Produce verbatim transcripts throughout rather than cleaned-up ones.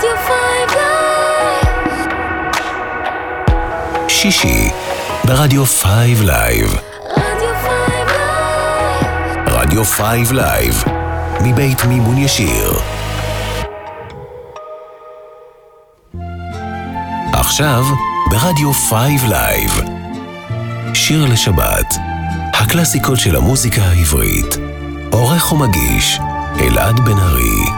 שישי ברדיו פייב לייב. רדיו פייב לייב. רדיו פייב לייב מבית מימון ישיר. עכשיו ברדיו פייב לייב שיר לשבת, הקלאסיקות של המוזיקה העברית. עורך ומגיש אלעד בן ארי.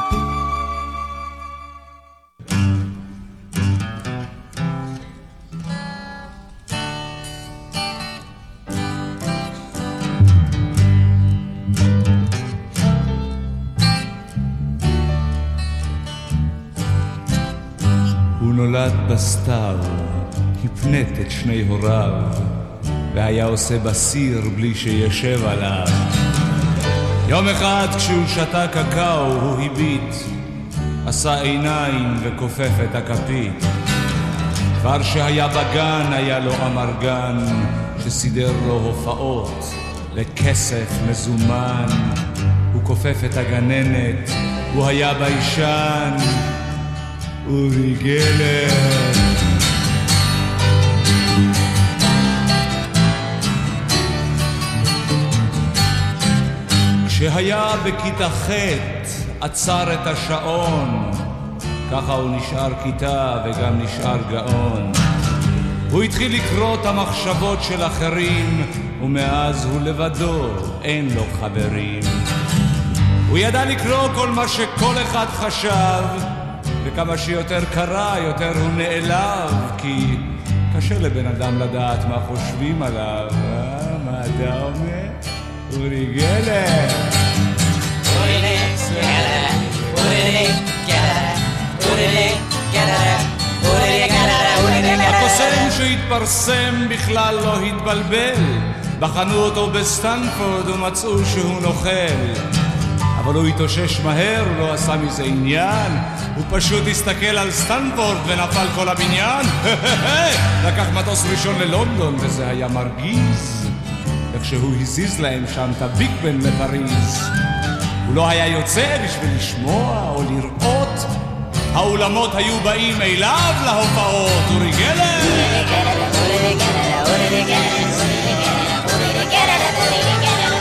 נולד בסתיו, הפנט את שני הוריו, והיה עושה בסיר בלי שישב עליו. יום אחד כשהוא שתה קקאו הוא הביט, עשה עיניים וכופף את הכפית. כבר שהיה בגן היה לו אמרגן, שסידר לו הופעות לכסף מזומן. הוא כופף את הגננת, הוא היה בישן, אורי גלר. כשהיה בכיתה ח' עצר את השעון, ככה הוא נשאר כיתה וגם נשאר גאון. הוא התחיל לקרוא את המחשבות של אחרים, ומאז הוא לבדו, אין לו חברים. הוא ידע לקרוא כל מה שכל אחד חשב, וכמה שיותר קרה, יותר הוא נעלב, כי קשה לבן אדם לדעת מה חושבים עליו. אה, מה אתה אומר? אורי גלר. אורי גלר, אורי גלר, אורי גלר, אורי גלר, אורי גלר. הקוסם שהתפרסם בכלל לא התבלבל, בחנו אותו בסטנפורד ומצאו שהוא נוכל. אבל הוא התאושש מהר, הוא לא עשה מזה עניין, הוא פשוט הסתכל על סטנפורד ונפל כל הבניין. לקח מטוס ראשון ללונדון וזה היה מרגיז, וכשהוא הזיז להם שם את הביג בן לפריז. הוא לא היה יוצא בשביל לשמוע או לראות, האולמות היו באים אליו להופעות. אורי גלר. אורי גלר, אורי גלר, אורי גלר, אורי גלר.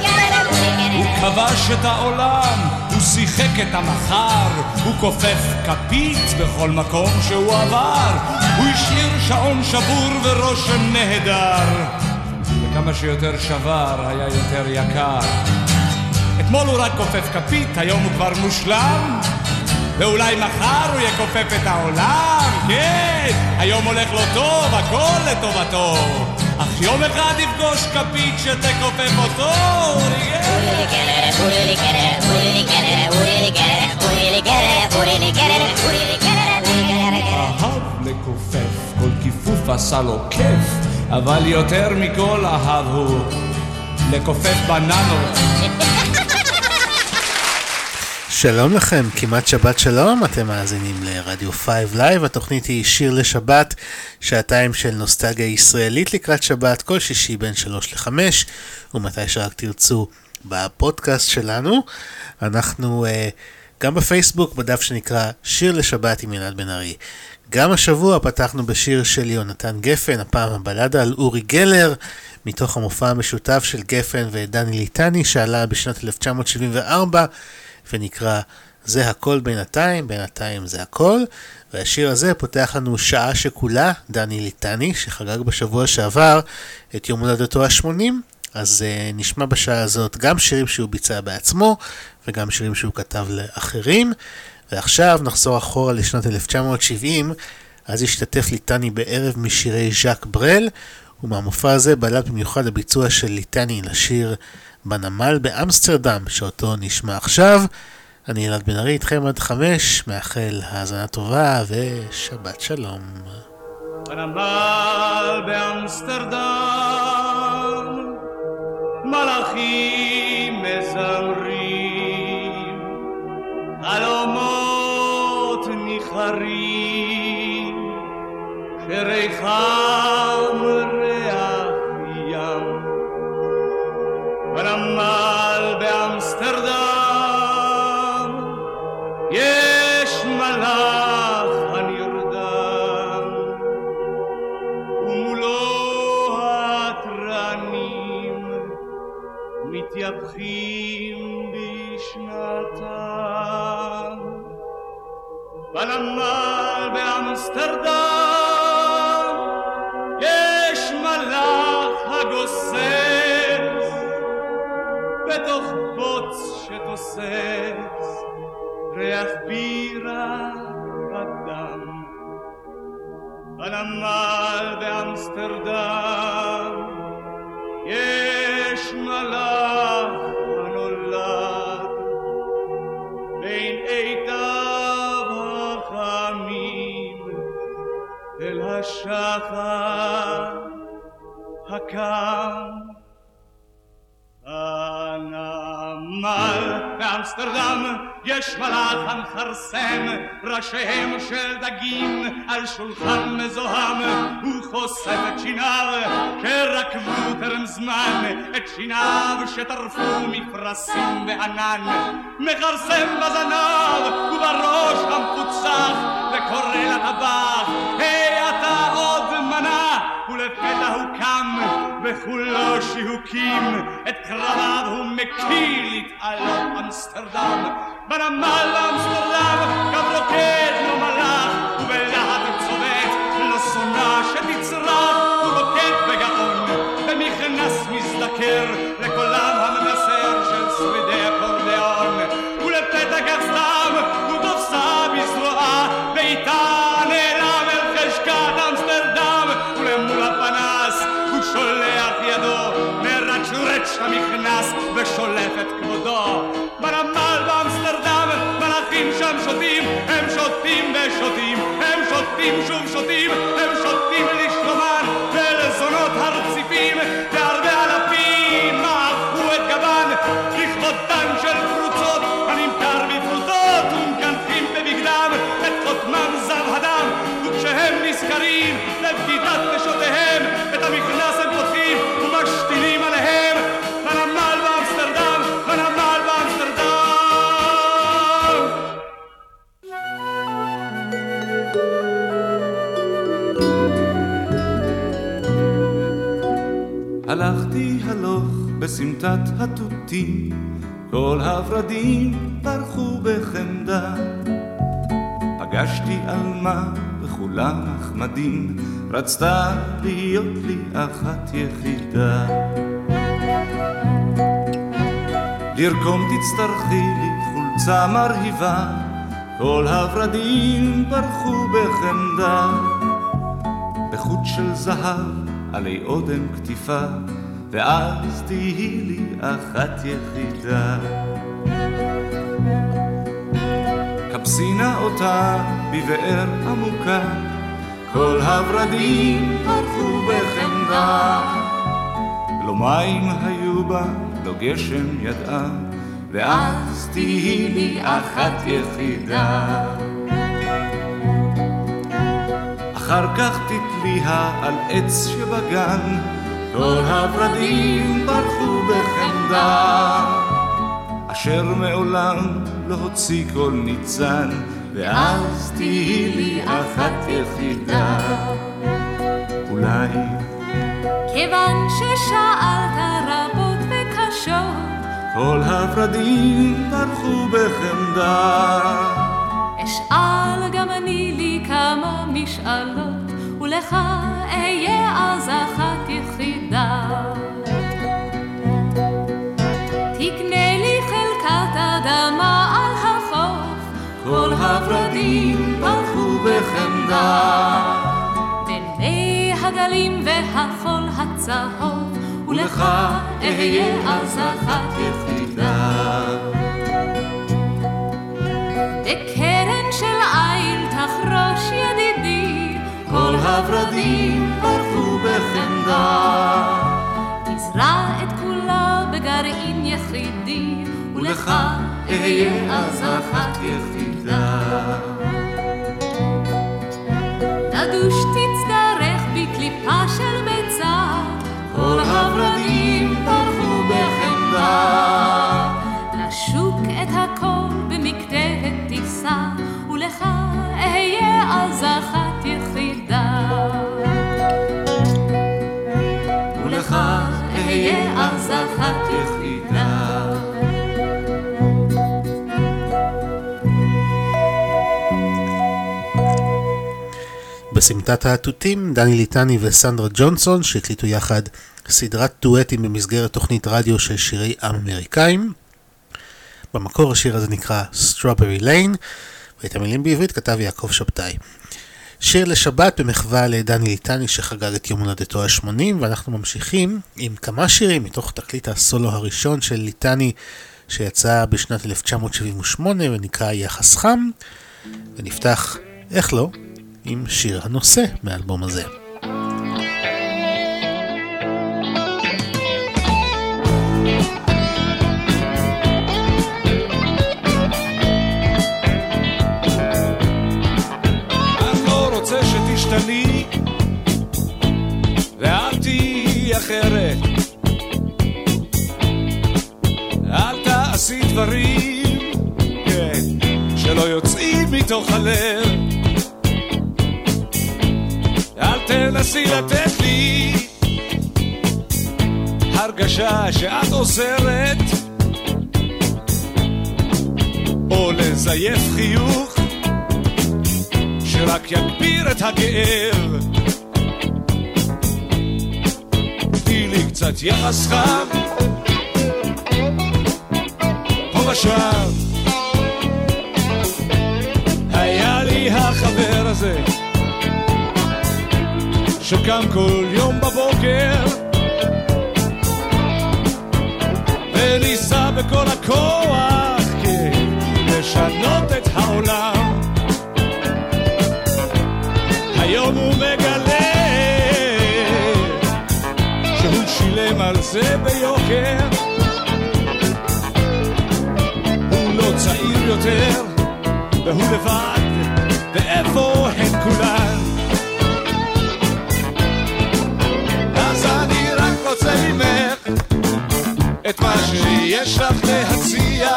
הוא כבש את העולם, הוא שיחק את המחר, הוא כופף כפית בכל מקום שהוא עבר. הוא השאיר שעון שבור ורושם נהדר, וכמה שיותר שבר היה יותר יקר. אתמול הוא רק כופף כפית, היום הוא כבר מושלם, ואולי מחר הוא יכופף את העולם. כן, היום הולך לו טוב, הכל לטובתו, אך יום אחד יפגוש כפית שתכופף אותו. אורי גלר, אורי גלר, אורי גלר, אורי גלר, אורי גלר, אורי גלר, אורי גלר, אורי גלר. אהב לכופף, כל כיפוף עשה לו כיף, אבל יותר מכל אהב הוא לכופף בננות. שלום לכם, כמעט שבת שלום, אתם מאזינים לרדיו פייב לייב, התוכנית היא שיר לשבת, שעתיים של נוסטלגיה ישראלית לקראת שבת, כל שישי בין שלוש לחמש, ומתי שרק תרצו בפודקאסט שלנו. אנחנו uh, גם בפייסבוק, בדף שנקרא שיר לשבת עם אלעד בן ארי. גם השבוע פתחנו בשיר של יונתן גפן, הפעם הבלדה על אורי גלר, מתוך המופע המשותף של גפן ודני ליטני, שעלה בשנת אלף תשע מאות שבעים וארבע, ונקרא זה הכל בינתיים, בינתיים זה הכל. והשיר הזה פותח לנו שעה שכולה דני ליטני, שחגג בשבוע שעבר את יום הולדתו ה-שמונים, אז uh, נשמע בשעה הזאת גם שירים שהוא ביצע בעצמו, וגם שירים שהוא כתב לאחרים. ועכשיו נחזור אחורה לשנת אלף תשע מאות שבעים, אז השתתף ליטני בערב משירי ז'אק ברל, ומהמופע הזה בלט במיוחד הביצוע של ליטני לשיר בנמל באמסטרדם, שאותו נשמע עכשיו. אני אלעד בן ארי, איתכם עד חמש, מאחל האזנה טובה ושבת שלום. בנמל באמסטרדם מלאכים מזמרים, חלומות ניחרים, שריחם ריח ים. בנמל באמסטרדם יש מלאך הנרדם, ומולו התרנים מתייפחים בשנתם. בנמל באמסטרדם יש מלאך הגוסס בתוך בוץ שתוסס ריח בירה בדם. בנמל באמסטרדם יש מלאך הנולד בין עיתיו החמים אל השחר הקם. בנמל באמסטרדם יש מלאך המכרסם ראשיהם של דגים על שולחן מזוהם, הוא חושף את שיניו שרקבו טרם זמן, את שיניו שטרפו מפרסים וענן, מכרסם בזנב ובראש המפוצח וקורא לטבח, היי אתה עוד מנה, ולפתע הוא קם וכולו שיהוקים, את קרביו הוא מקיל להתעלות אמסטרדם. בנמל באמסטרדם גם רוקד לו מלאך ובלהט צובט לא שונא שתצרח, הוא רוקד בגאון במכנס מזדקר לקולם המנסר של שרידי אקורדיאון, ולפתע כך סתם הוא תופסה בזרועה ואיתה נעלם אל חשכת אמסטרדם, ולמול הפנס הוא שולח ידו מרצ'רץ' המכנס ושולף את כבודו. בנמל באמסטרדם מלאכים שם שותים, הם שותים ושותים, הם שותים שוב שותים, הם שותים לשלומן ולזונות הרציפים, והרבה אלפים מעכו את גבן לכבודן של פרוצות הנמכר בפרוטות, ומקנחים בבגדם את חותמם זב הדם, וכשהם נזכרים לבגידת נשותיהם את המכנס הם פותחים ומשתינים עליהם. בנמל באמסטרדם, בנמל באמסטרדם. הלכתי הלוך בסמטת התותים, כל הורדים פרחו בחמדה, פגשתי אלמה וכולה נחמדים, רצתה להיות לי אחת יחידה. לרקום תצטרכי לי חולצה מרהיבה, כל הורדים פרחו בחמדה, בחוט של זהב עלי אודם כתיפה, ואז תהי לי אחת יחידה. כבסינה אותה בבאר עמוקה, כל הורדים פרחו בחמדה, לא מים היו בה, לא גשם ידעה, ואז תהי לי אחת יחידה. אחר כך תתליה על עץ שבגן, כל הורדים פרחו בחמדה, אשר מעולם לא הוציא כל ניצן, ואז תהי לי אחת יחידה. אולי כיוון ששאלת רבות וקשות, כל הורדים פרחו בחמדה, אשאל גם אני לי כמה משאלות, ולך אהיה אז אחת יחידה. תקנה לי חלקת אדמה על החוף, כל הורדים פרחו בחמדה, בין מי הגלים והחול הצהוב, ולך אהיה אז אחת יחידה. בקרן של עיל תחרוש ידידי, כל הורדים פרחו בחמדה, תזרע את כולה בגרעין יחידי, ולך אהיה אז אחת יחידה. נדוש תצטרך בקליפה של ביצה, כל הורדים פרחו בחמדה, לשוק את הכל במקטרת תיסה, ולך אחת יחידה. בסמטת העתותים, דני ליטני וסנדרה ג'ונסון שהקליטו יחד סדרת דואטים במסגרת תוכנית רדיו של שירי עם אמריקאים. במקור השיר הזה נקרא Strawberry Lane, ואת המילים בעברית כתב יעקב שבתאי. שיר לשבת במחווה לדני ליטני שחגג את יום הולדתו ה-שמונים, ואנחנו ממשיכים עם כמה שירים מתוך תקליט הסולו הראשון של ליטני שיצא בשנת אלף תשע מאות שבעים ושמונה ונקרא יחס חם, ונפתח, איך לא, עם שיר הנושא מהאלבום הזה. תשתני ואל תהי אחרת, אל תעשי דברים כן, שלא יוצאים מתוך הלב, אל תנסי לתת לי הרגשה שאת עוזרת או לזייף חיוך שרק יגביר את הכאב. תני לי קצת יחס חם פה ושם. היה לי החבר הזה שקם כל יום בבוקר וניסה בכל הכוח כן, לשנות את העולם. היום הוא מגלה שהוא שילם על זה ביוקר, הוא לא צעיר יותר והוא לבד, ואיפה הן כולן? אז אני רק רוצה ממך את מה שיש לך להציע,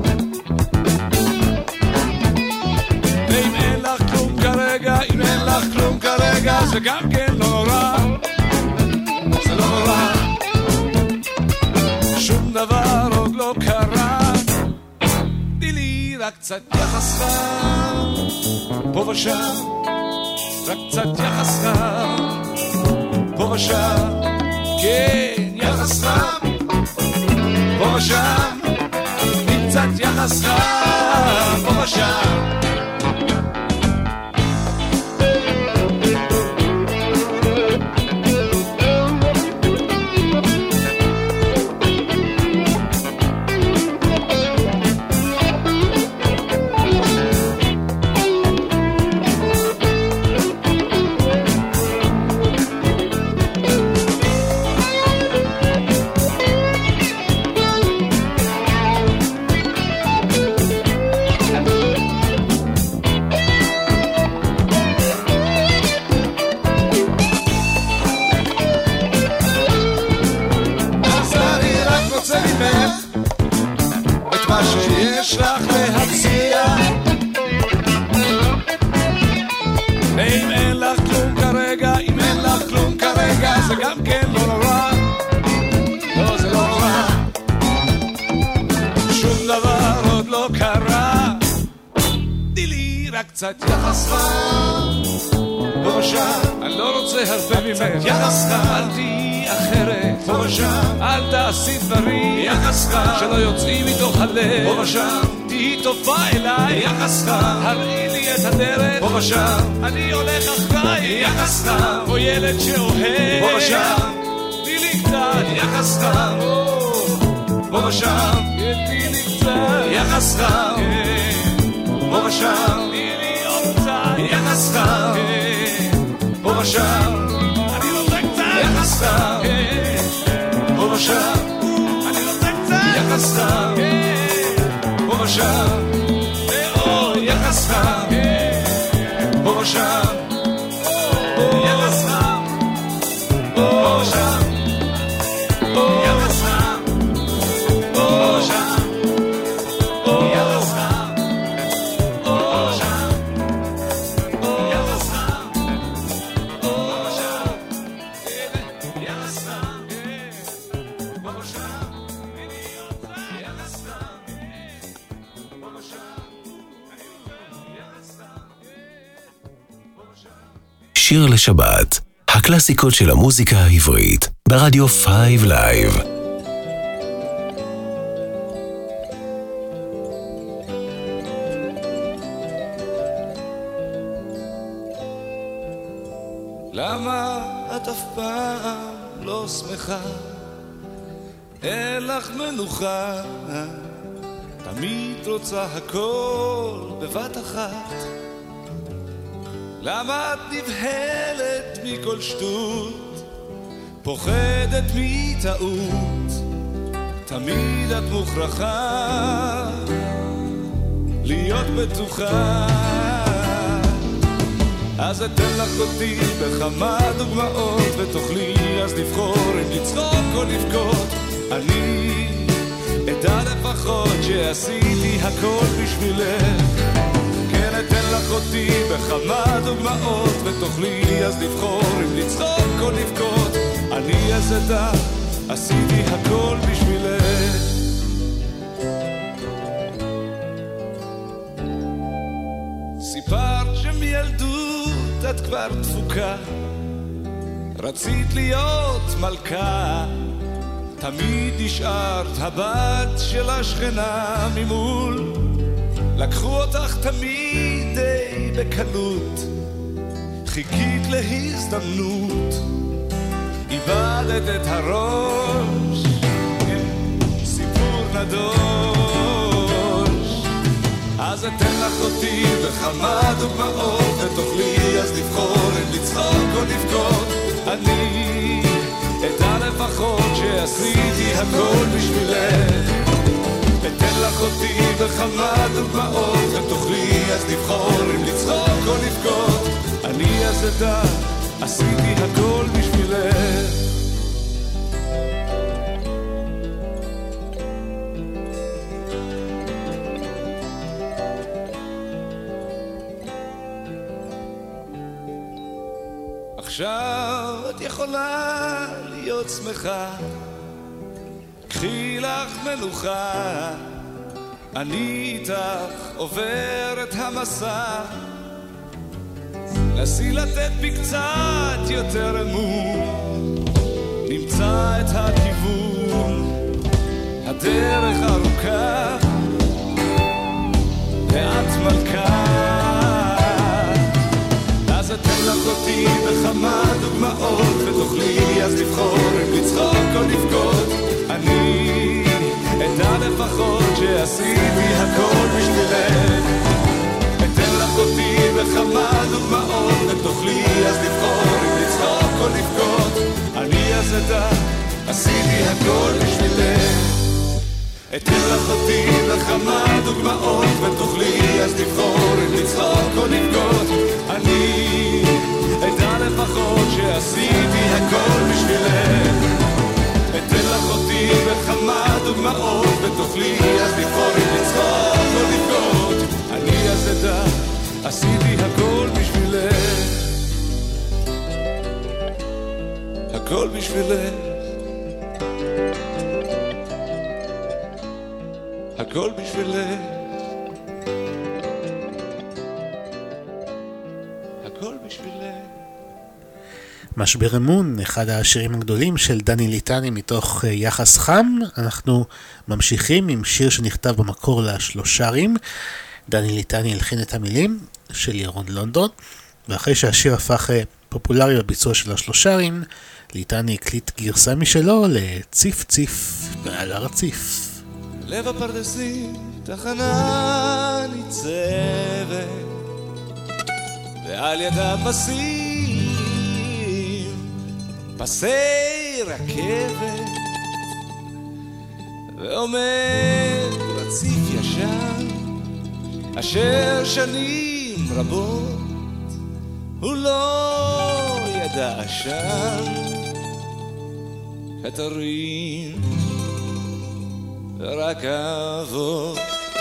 ואם אין לך כלום כרגע, אם אין לך כלום כרגע זה גם כן לא נורא, זה לא נורא, שום דבר עוד לא קרה. תני לי רק קצת יחס חם פה ושם, רק קצת יחס חם פה ושם, כן יחס חם פה ושם, תני קצת יחס חם פה ושם. שיש לך להציע, ואם אין לך כלום כרגע, אם אין לך כלום כרגע זה גם כן לא נורא, לא זה לא נורא, שום דבר עוד לא קרה. תני לי רק קצת יחס חם פה ושם, אני לא רוצה הרבה ממך, יחס חם, אל תהי אחרת פה ושם, אל תעשי דברים יחס חם שלא יוצאים מתוך הלב פה ושם, תהי טובה אליי יחס חם, הראי לי את הדרך פה ושם, אני הולך אחריי יחס חם, או ילד שאוהב פה ושם, תני לי קצת יחס חם פה ושם, תני לי קצת יחס חם פה ושם, תני לי עוד קצת יחס חם פה ושם, אני רוצה קצת יחס חם פה ושם, אני רוצה קצת יחס חם פה ושם, או יחס חם פה ושם, יחס חם פה ושם, יחס חם פה ושם, יחס חם פה ושם, יחס חם פה ושם, יחס חם פה ושם. שיר לשבת, הקלאסיקות של המוזיקה העברית, ברדיו פייב לייב. למה את אף פעם לא שמחה? אין לך מנוחה, תמיד רוצה הכל בבת אחת. למה את נבהלת מכל שטות, פוחדת מטעות, תמיד את מוכרחה להיות בטוחה. אז אתן לך אותי בכמה דוגמאות ותוכלי אז לבחור אם לצחוק או לבכות. אני אדע לפחות שעשיתי הכל בשבילך. כן, אתן לך אותי בכמה דוגמאות ותוכלי אז לבחור אם לצחוק או לבכות. אני אז אדע, עשיתי הכל בשבילך. סיפרת שמילדות את כבר דפוקה, רצית להיות מלכה, תמיד נשארת הבת של השכנה ממול. לקחו אותך תמיד די בקלות, חיכית להזדמנות, איבדת את הראש, סיפור נדוש. אז אתן לך אותי בכמה דוגמאות ותוכלי אז לבחור אם לצחוק או לבכות. אני אדע לפחות שעשיתי הכל בשבילך. אתן לך אותי בכמה דוגמאות ותוכלי אז לבחור אם לצחוק או לבכות. אני אז אדע, עשיתי הכל בשבילך. עכשיו את יכולה להיות שמחה, קחי לך מנוחה, אני איתך עובר את המסע. נסי לתת בי קצת יותר אמון, נמצא את הכיוון, הדרך ארוכה ואת מלכה. אז אתן לך אותי בכמה דוגמאות ותוכלי אז לבחור אם לצחוק או לבכות. אני אדע לפחות שעשיתי הכל בשבילך. אתן לך אותי בכמה דוגמאות ותוכלי אז לבחור אם לצחוק או לבכות. אני אז אדע, עשיתי הכל בשבילך. אתן לך אותי בכמה דוגמאות ותוכלי אז לבחור אם לצחוק או לבכות. אני אדע לפחות שעשיתי הכל בשבילך. אתן לך אותי בכמה דוגמאות ותוכלי אז לבחור אם לצחוק או לבכות. אני אז אדע, עשיתי הכל בשבילך. הכל בשבילך. הכל בשבילך. הכל בשבילך. משבר אמון, אחד השירים הגדולים של דני ליטני מתוך יחס חם. אנחנו ממשיכים עם שיר שנכתב במקור לשלושרים. דני ליטני הלחין את המילים של ירון לונדון, ואחרי שהשיר הפך פופולרי בביצוע של השלושרים, ליטני הקליט גרסה משלו לציף ציף מעל הרציף. לב הפרדסים תחנה ניצבת ועל ידה פסים פסי רכבת ועומד רציף ישן אשר שנים רבות הוא לא ידע עשן קטרים רק אבות.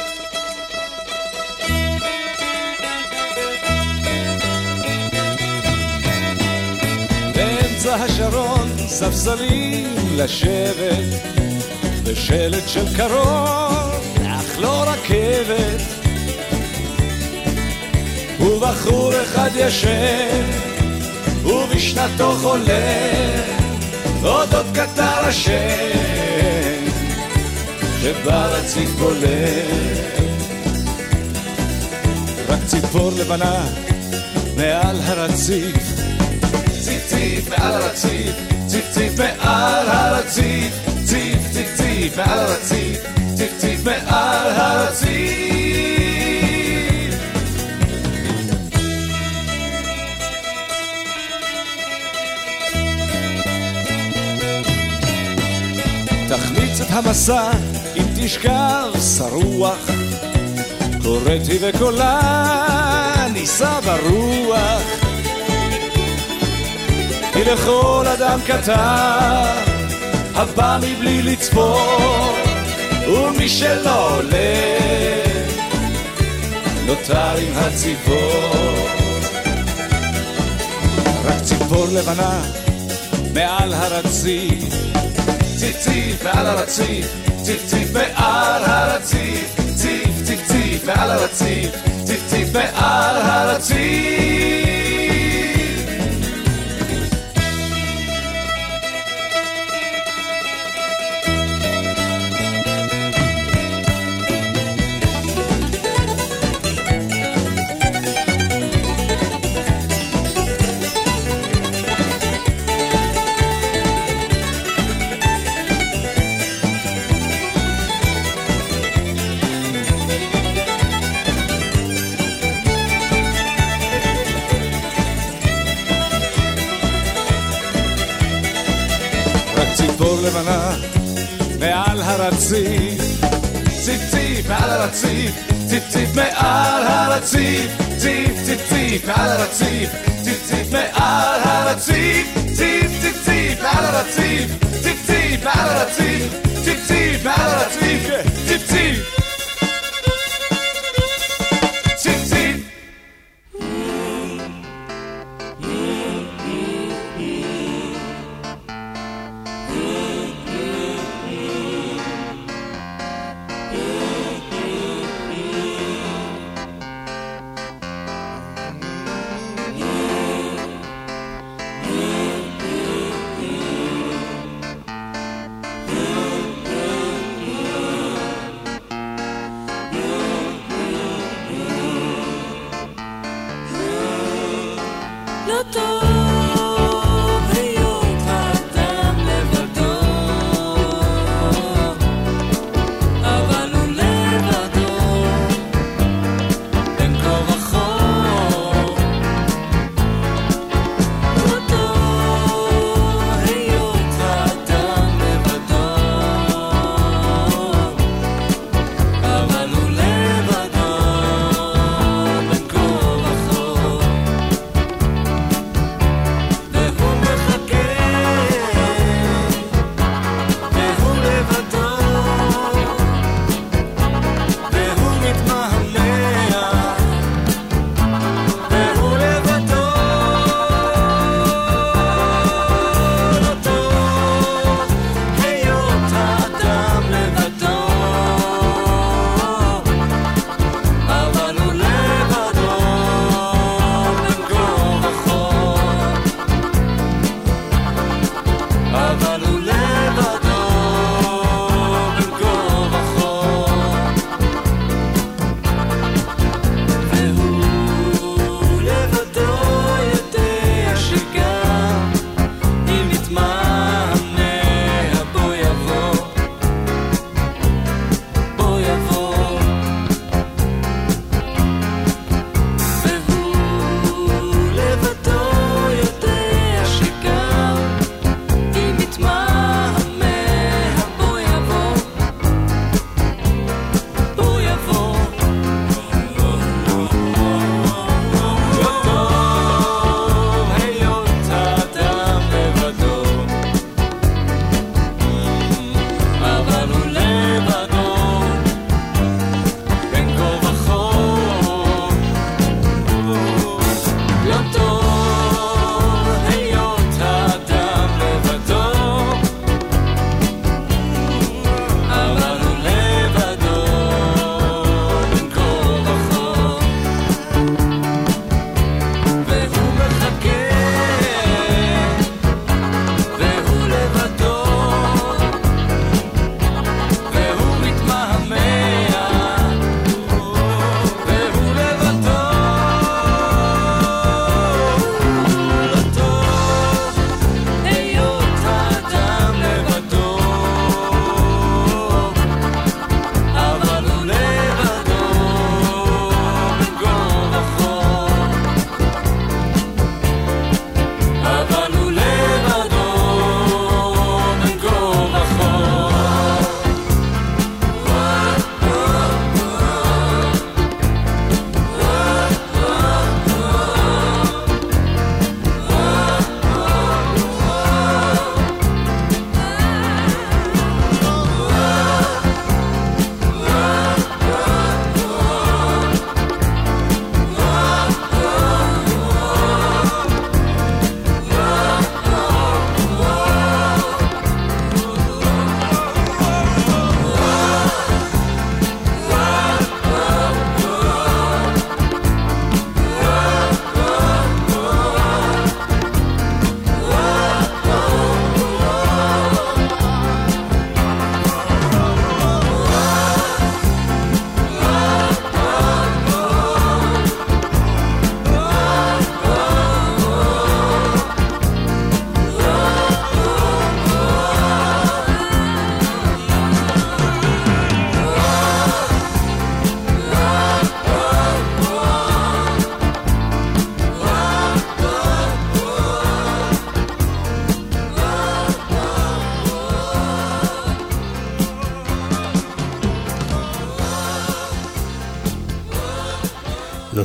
באמצע השרון ספסלים לשבת בשלט של קרון אך לא רכבת ובחור אחד ישן ובשנתו חולה אודות קטר השם שברציף בולט. רק ציפור לבנה מעל הרציף, ציף ציף מעל הרציף, ציף ציף מעל הרציף, ציף ציף ציף מעל הרציף, ציף ציף מעל הרציף. תחמיץ את המסע אם תשכב שרוח, קוראתי וקולה ניסה ברוח. כי לכל אדם קטן הבא מבלי לצפור, ומי שלא עולה נותר עם הציפור. רק ציפור לבנה מעל הרציף, ציף ציף מעל הרציף, ציף ציף מעל הרציף, ציף ציף ציף מעל הרציף, ציף ציף מעל הרציף. לבנה מעל הרציף, ציף ציף מעל הרציף, ציף ציף מעל הרציף, ציף ציף ציף מעל הרציף, ציף ציף מעל הרציף, ציף ציף ציף מעל הרציף, ציף ציף מעל הרציף, ציף ציף מעל הרציף, ציף ציף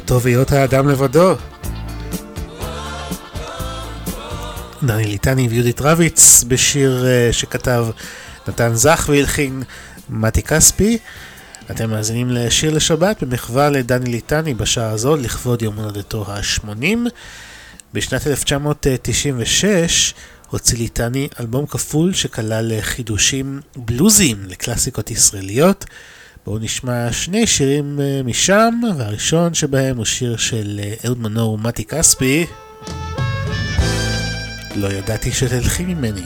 טוב היות האדם לבדו. דני ליטני ויהודית רביץ בשיר שכתב נתן זך והלחין מתי כספי. אתם מאזינים לשיר לשבת במחווה לדני ליטני בשעה הזו לכבוד יום הולדתו ה-שמונים. בשנת אלף תשע מאות תשעים ושש הוציא ליטני אלבום כפול שכלל חידושים בלוזיים לקלאסיקות ישראליות. בואו נשמע שני שירים משם, והראשון שבהם הוא שיר של אהוד מנור ומתי כספי, לא ידעתי שתלכי ממני.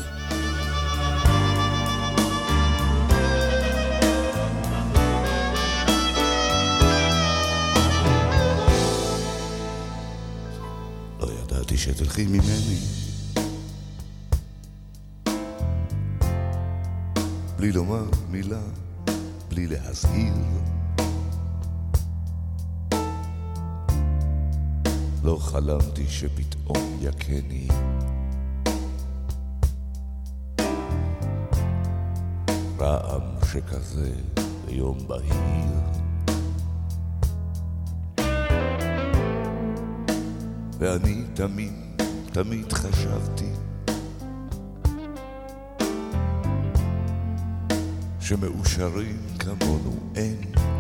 לא ידעתי שתלכי ממני, בלי לומר מילה, בלי להזהיר. לא חלמתי שפתאום יקני רעם שכזה ביום בהיר. ואני תמיד, תמיד חשבתי שמאושרים כמונו אין.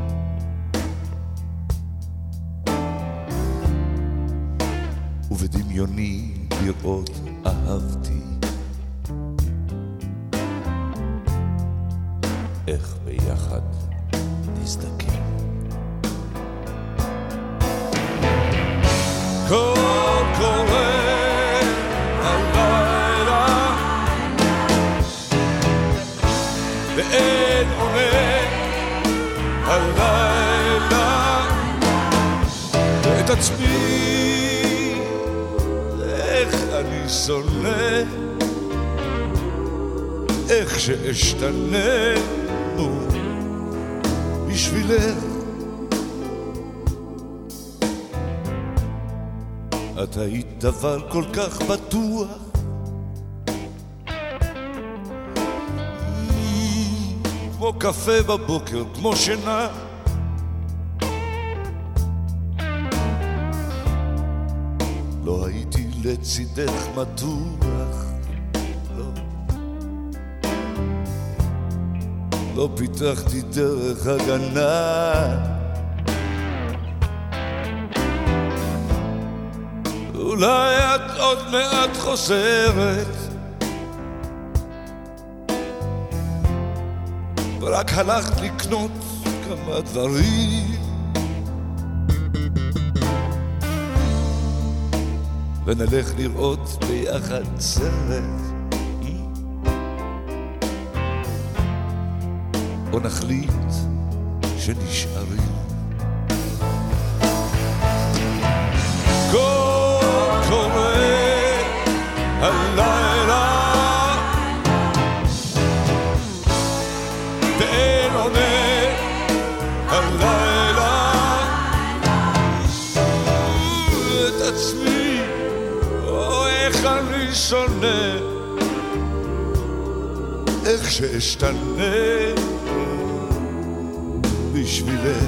ובדמיוני לראות אהבתי איך ביחד נזדקן. כל קורא הלילה ואין עונה הלילה ואת עצמי איך אני שונא, איך שאשתנה בשבילך. את היית דבר כל כך בטוח, כמו קפה בבוקר, כמו שינה. לא הייתי לצידך מתוח, לא, לא פיתחתי דרך הגנה. אולי את עוד מעט חוזרת, ורק הלכת לקנות כמה דברים, ונלך לראות ביחד סרט, או נחליט שנשארים. כל קורא הלילה ואין עונה הלילה, את עצמי או איך אני שונא, איך שאשתנה בשבילך.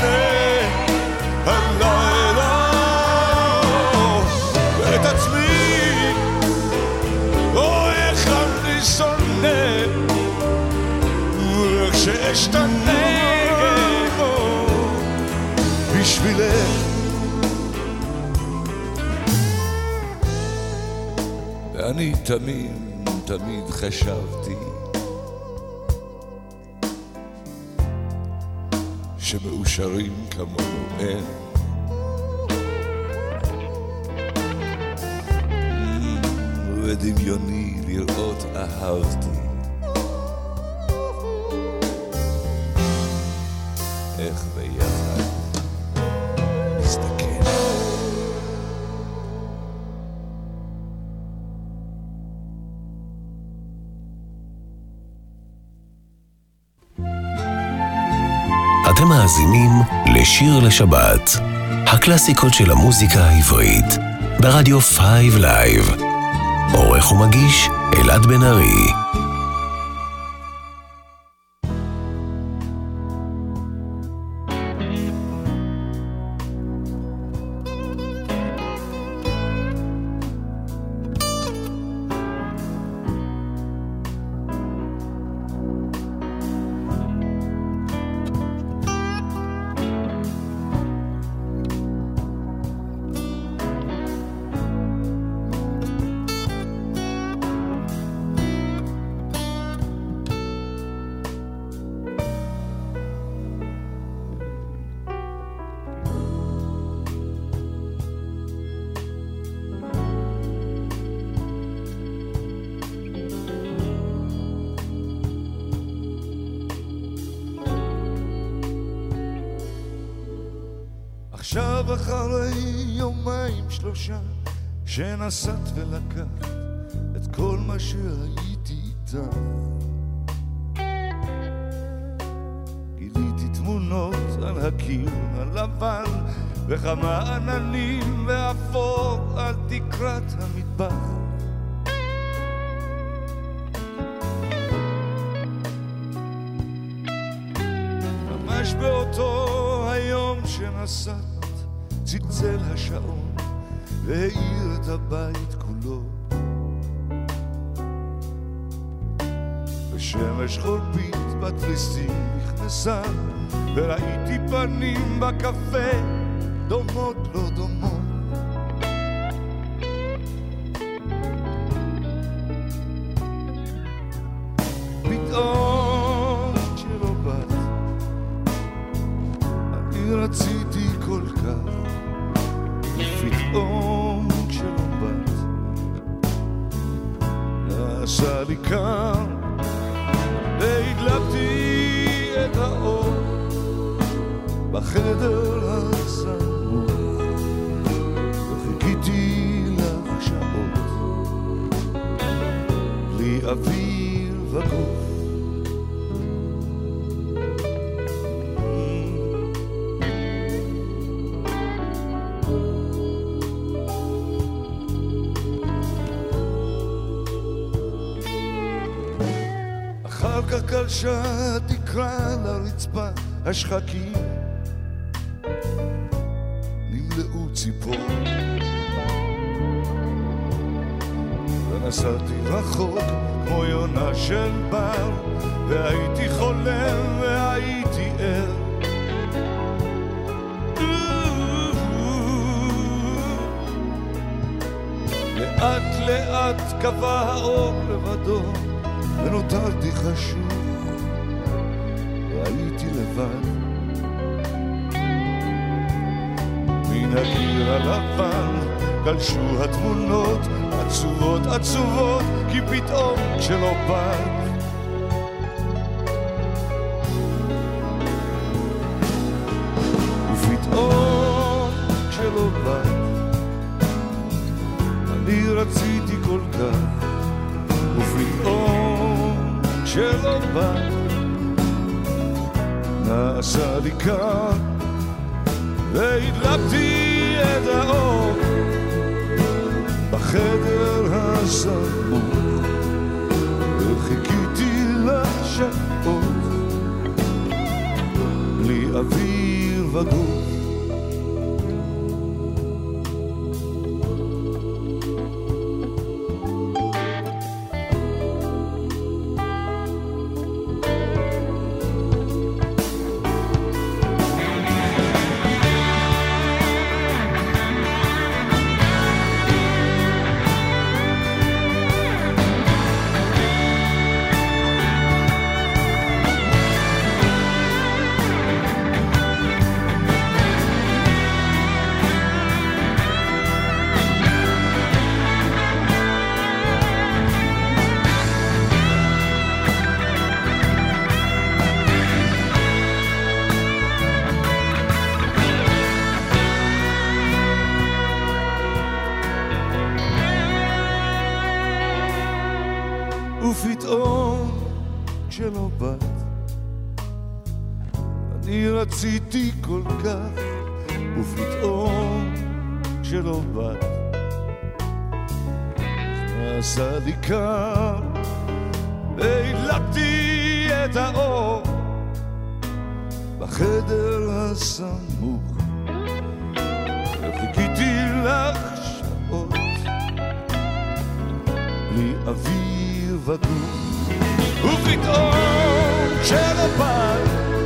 That's me. אשתנה בשבילך. ואני תמיד, תמיד חשבתי שמאושרים כמונו אין. ודמיוני לראות אהבתי איך ביחד נסתכל. אתם מאזינים לשיר לשבת, הקלאסיקות של המוזיקה העברית, ברדיו פייב לייב. עורך ומגיש אלעד בן ארי. עכשיו אחרי יומיים שלושה שנסעת ולקחת את כל מה שהייתי איתה, גיליתי תמונות על הקיר הלבן וכמה עננים ואפור על תקרת המטבח. ממש באותו היום שנסעת צלצל השעון והאיר את הבית כולו, ושמש חולבית בתריסים נכנסה וראיתי פנים בקפה דומות לא דומות. פתאום כשלא באת אני רציתי כל כך, ופתאום כשלא באת נעשה לי קר והדלקתי את האור בחדר הסמוך וחיכיתי לך שעות בלי אוויר וגוף. אחר כך גלשה תקרה לרצפה, השחקים נמלאו ציפור, ונסעתי רחוק כמו יונה של בר, והייתי חולם והייתי ער. לאט לאט קבע האור לבדו ונותרתי חשוב, והייתי לבד מן הקיר הלבן גלשו התמונות עצובות עצובות, כי פתאום כשלא באת ופתאום כשלא באת אני רציתי כל כך, ופתאום כשלא באת נעשה לי קר והדלקתי את האור בחדר הסמוך וחיכיתי לשעות בלי אוויר וגוף. ופתאום כשלא באת אני רציתי כל כך, ופתאום כשלא באת נעשה לי קר והדלקתי את האור בחדר הסמוך וחיכיתי לך שעות בלי אוויר וגוף, ופתאום כשלא באת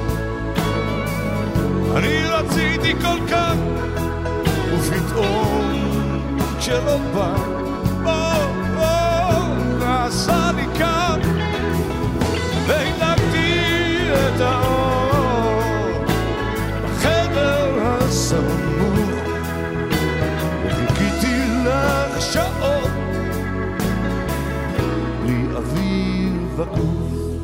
אני רציתי כל כך, ופתאום כשלא באת נעשה לי קר והדלקתי את האור בחדר הסמוך וחיכיתי לך שעות בלי אוויר וגוף.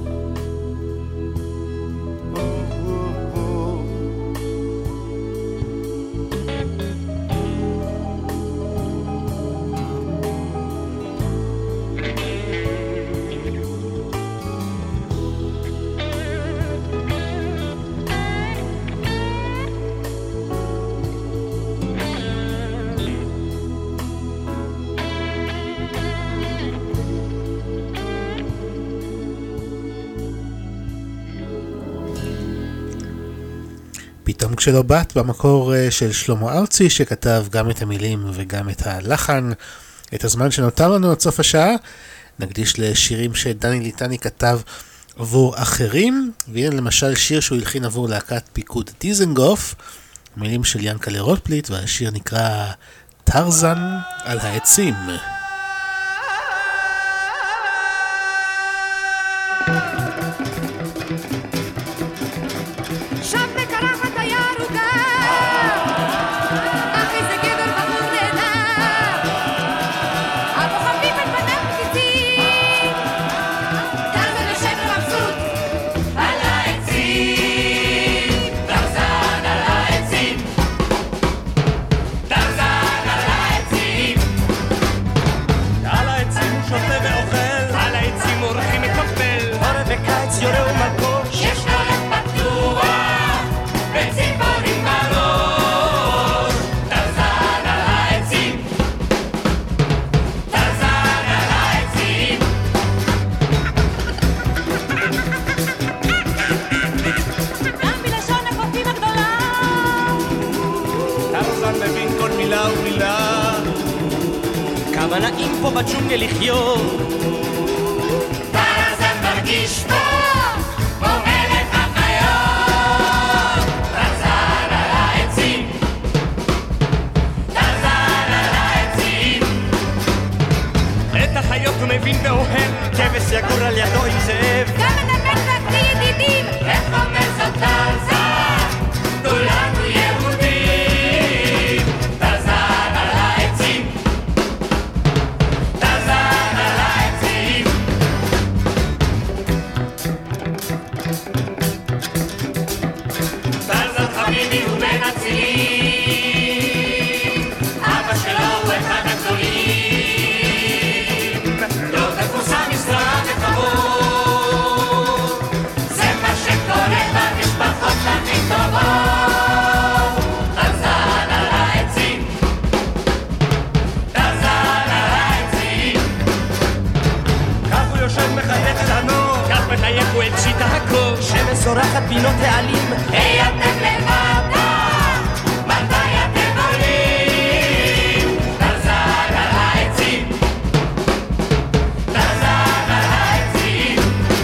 פתאום כשלא באת, במקור של שלמה ארצי שכתב גם את המילים וגם את הלחן. את הזמן שנותר לנו עד סוף השעה נקדיש לשירים שדני ליטני כתב עבור אחרים, והנה למשל שיר שהוא הלחין עבור להקת פיקוד דיזנגוף, מילים של ינקלה רוטבליט, והשיר נקרא טרזן על העצים. נעים פה בג'ונגל לחיות טרזן מרגיש פה כמו מלך החיות טרזן על העצים טרזן על העצים את החיות הוא מבין ואוהב כבש יגור על ידו עם זאב גם מדבר ואחרי ידידים איך אומר זאת טרזן כולנו יהודים טרזן על העצים שורחת פינות העלים היי אתם למטה מתי אתם עולים טרזן על העצים טרזן על העצים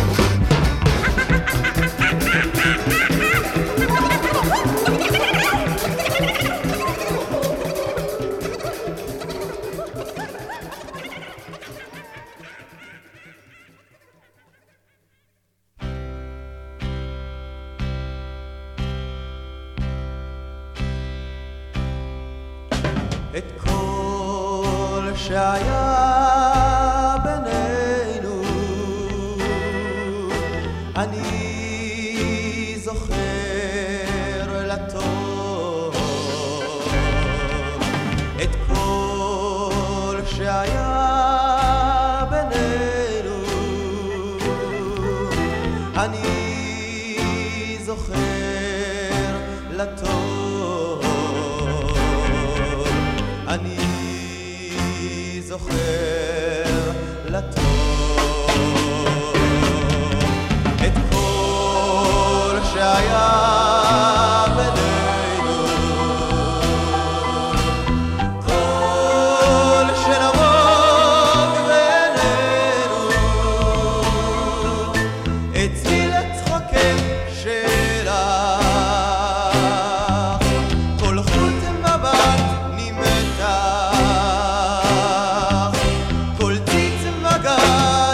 את כל שהיה בינינו אני זוכר לטוב את כל שהיה בינינו אני זוכר לטוב, אני זוכר לטוב את כל שהיה בינינו, כל שנמוג בינינו, את צליל הצחוקים שלך, כל חוט מבט נמתח, כל ציץ מגע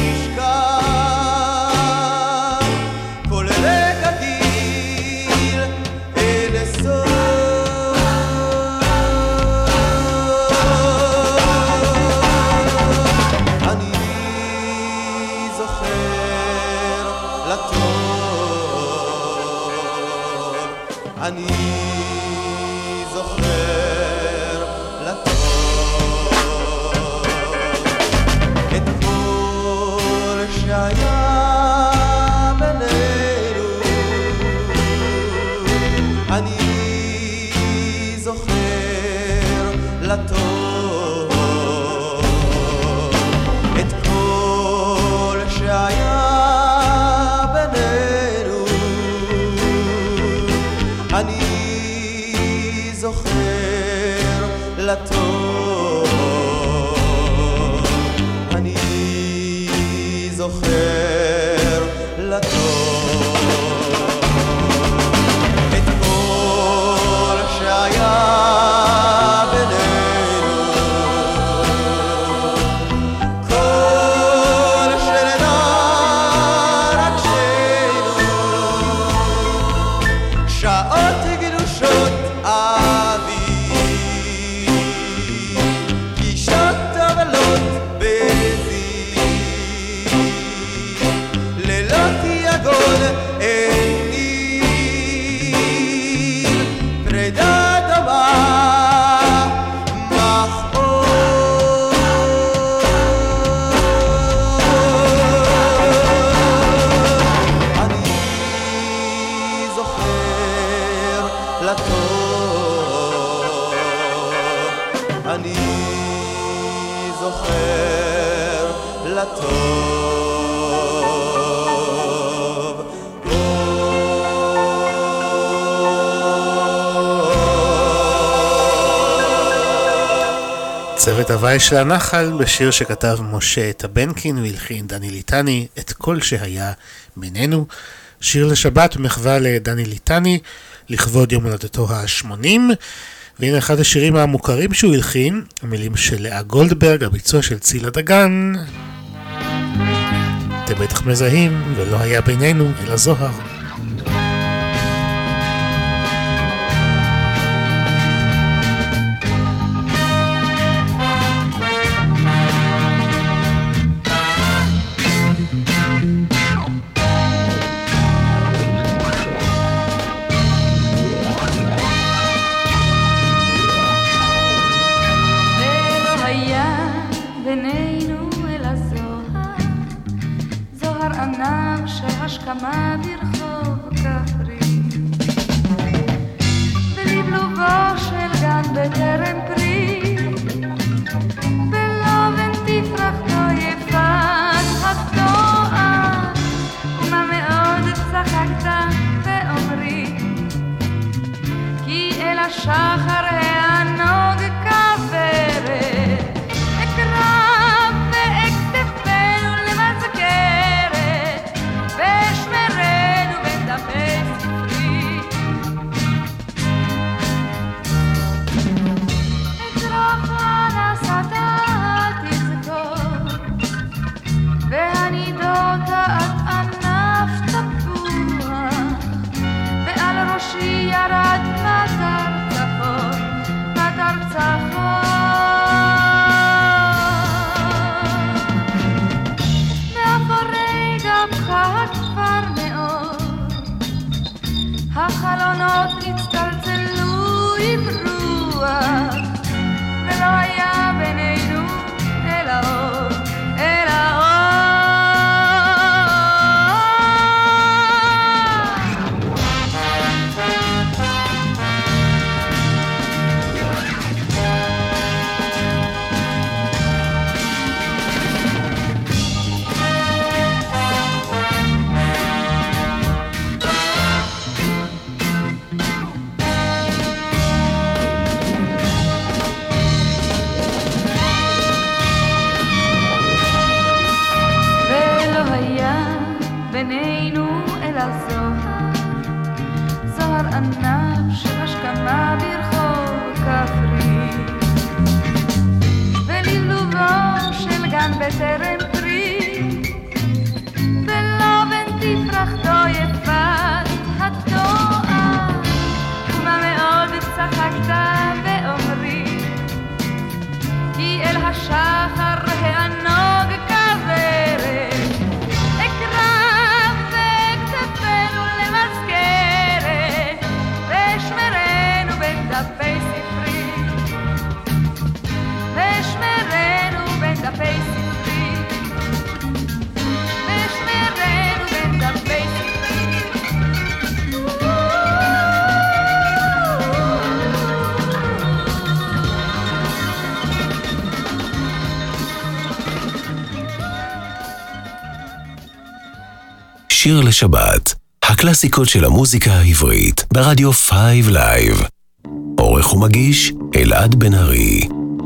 נשכח, כל רגע גיל אל הסוף. אני זוכר לטוב, אני זוכר לטוב את כל שהיה בינינו, אני זוכר לטוב את כל שהיה בינינו, אני זוכר לטוב, אני זוכר לטוב את כל שהיה בינינו, כל שנדע רק שנינו, שעות גדושות אביב, פגישות טובלות בזיו, לילות יגון אין ניל, פרידה דומה מכאוב. אני זוכר לטוב, אני זוכר לטוב. צוות הוואי של הנחל בשיר שכתב משה טבנקין והלחין דני ליטני, את כל שהיה בינינו. שיר לשבת במחווה לדני ליטני לכבוד יום הולדתו ה-שמונים, והנה אחד השירים המוכרים שהוא הלחין, המילים של לאה גולדברג, הביצוע של צילה דגן. אתם בטח מזהים, ולא היה בינינו אלא זוהר. כמה ברחוב כפרי ולבלובו של גן בטרם פרי בלובן תפרחתו יפת התואר ומה מאוד צחקת ואומרי כי אל השחר הענוג כברת אקרב ואקטפנו למזכרת ושמרנו בין דפי ספרי אצרוך על הסתה תזכור והנידות את ענף תפוח ועל ראשי ירד מטר צחור מטר צחור מאחורי גבך הכפר מאוד החלונות הצטלצלו עם רוח ולא היה בינינו אלא אור אלא אור בינינו אל הזוהר, זוהר ענב של השכמה ברחוב כפרי, ולבלובו של גן בטרם פרי, ולובן תפרחתו יפת התואר, ומה מאוד צחקת ואומרי, כי אל השחר הענוג כברת, אקרב וכתפנו למזכרת, ושמרנו בין דפי ספרי, ושמרנו בין דפי ספרי, ושמרנו בין דפי ספרי. שיר לשבת, הקלאסיקות של המוזיקה העברית, ברדיו פייב לייב. עורך ומגיש, אלעד בן ארי.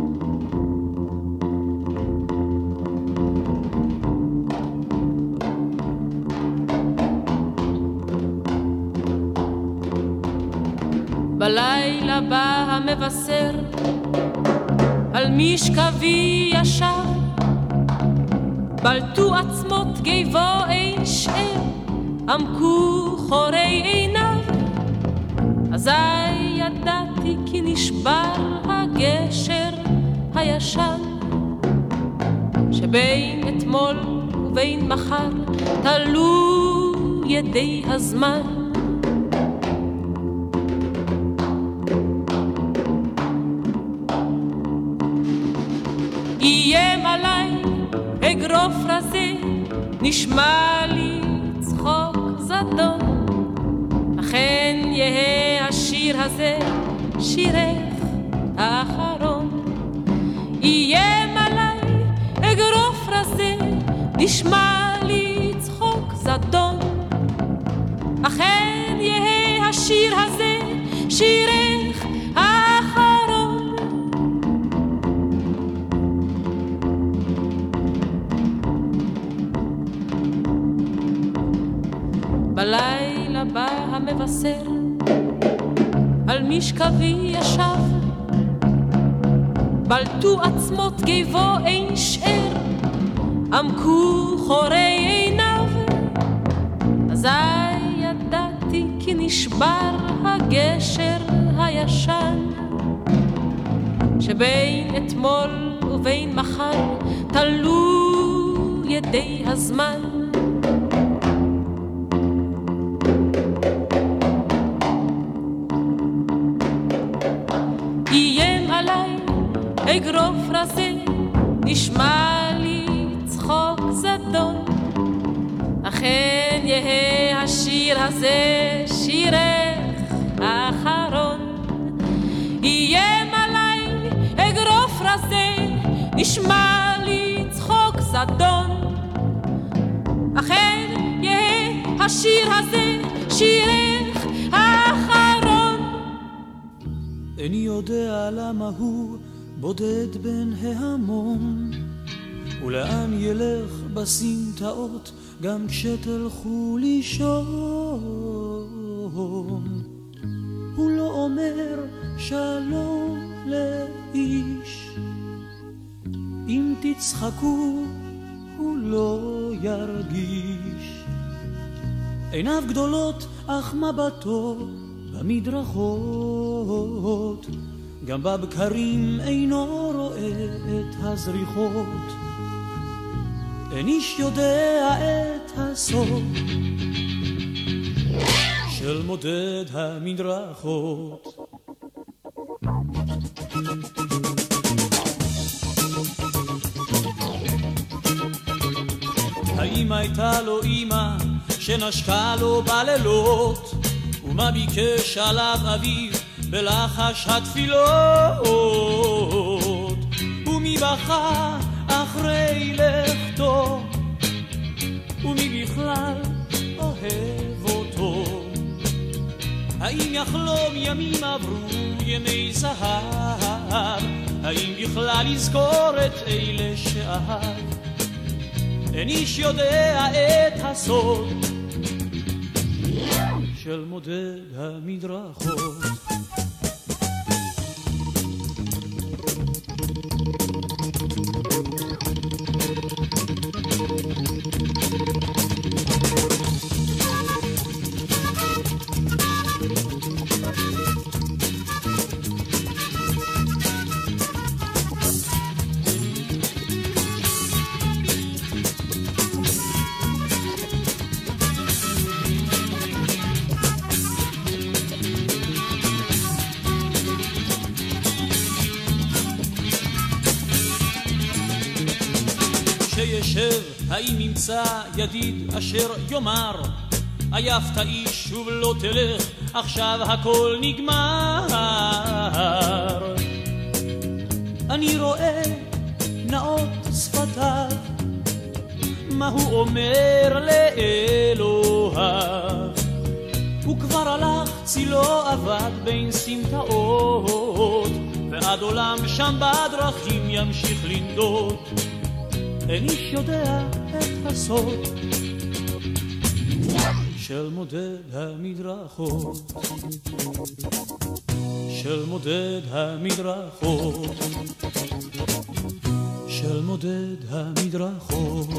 בלילה בא המבשר, על משכבי ישר, בלטו עצמות גיבו אין שאר, עמקו חורי עיניו, אזי ידעתי כי נשבר הגשר הישן, שבין אתמול ובין מחר תלו ידי הזמן. איים עליי אגרוף רזה, נשמע לי צחוק זדון, אכן יהיה השיר הזה שירך האחרון. איים עליי אגרוף רזה, נשמע לי צחוק זדון, אכן יהיה השיר הזה שירך האחרון. בלילה בא המבשר, על משכבי ישב, בלטו עצמות גיבו אין שאר, עמקו חורי עיניו, אזי ידעתי כי נשבר הגשר הישן, שבין אתמול ובין מחר תלו ידי הזמן. איים עליי אגרוף רזה, נשמע לי צחוק זדון, אכן יהיה השיר הזה שירך האחרון. איים עליי אגרוף רזה, נשמע לי צחוק זדון, אכן יהיה השיר הזה שירך האחרון. איני יודע למה הוא בודד בין ההמון, ולאן ילך בסמטאות גם כשתלכו לישון. הוא לא אומר שלום לאיש, אם תצחקו הוא לא ירגיש. עיניו גדולות אך מבטו במדרכות, גם בבקרים אינו רואה את הזריחות. אין איש יודע את הסוף של מודד המדרכות. האם הייתה לו אמא שנשקה לו בלילות, ומה ביקש עליו אביו בלחש התפילות, ומי בכה אחרי לכתו, ומי בכלל אוהב אותו. האם יחלום ימים עברו ימי זהב, האם בכלל יזכור את אלה שאהב. אין איש יודע את הסוד של מודד המדרכות. האם נמצא ידיד אשר יאמר עייפת איש שוב לא תלך עכשיו הכל נגמר. אני רואה נאות שפתיו מה הוא אומר לאלוהיו הוא כבר הלך צילו עבד בין סמטאות ועד עולם שם בדרכים ימשיך לנדוד. אין איש יודע את הסוד של מודד המדרכות של מודד המדרכות של מודד המדרכות.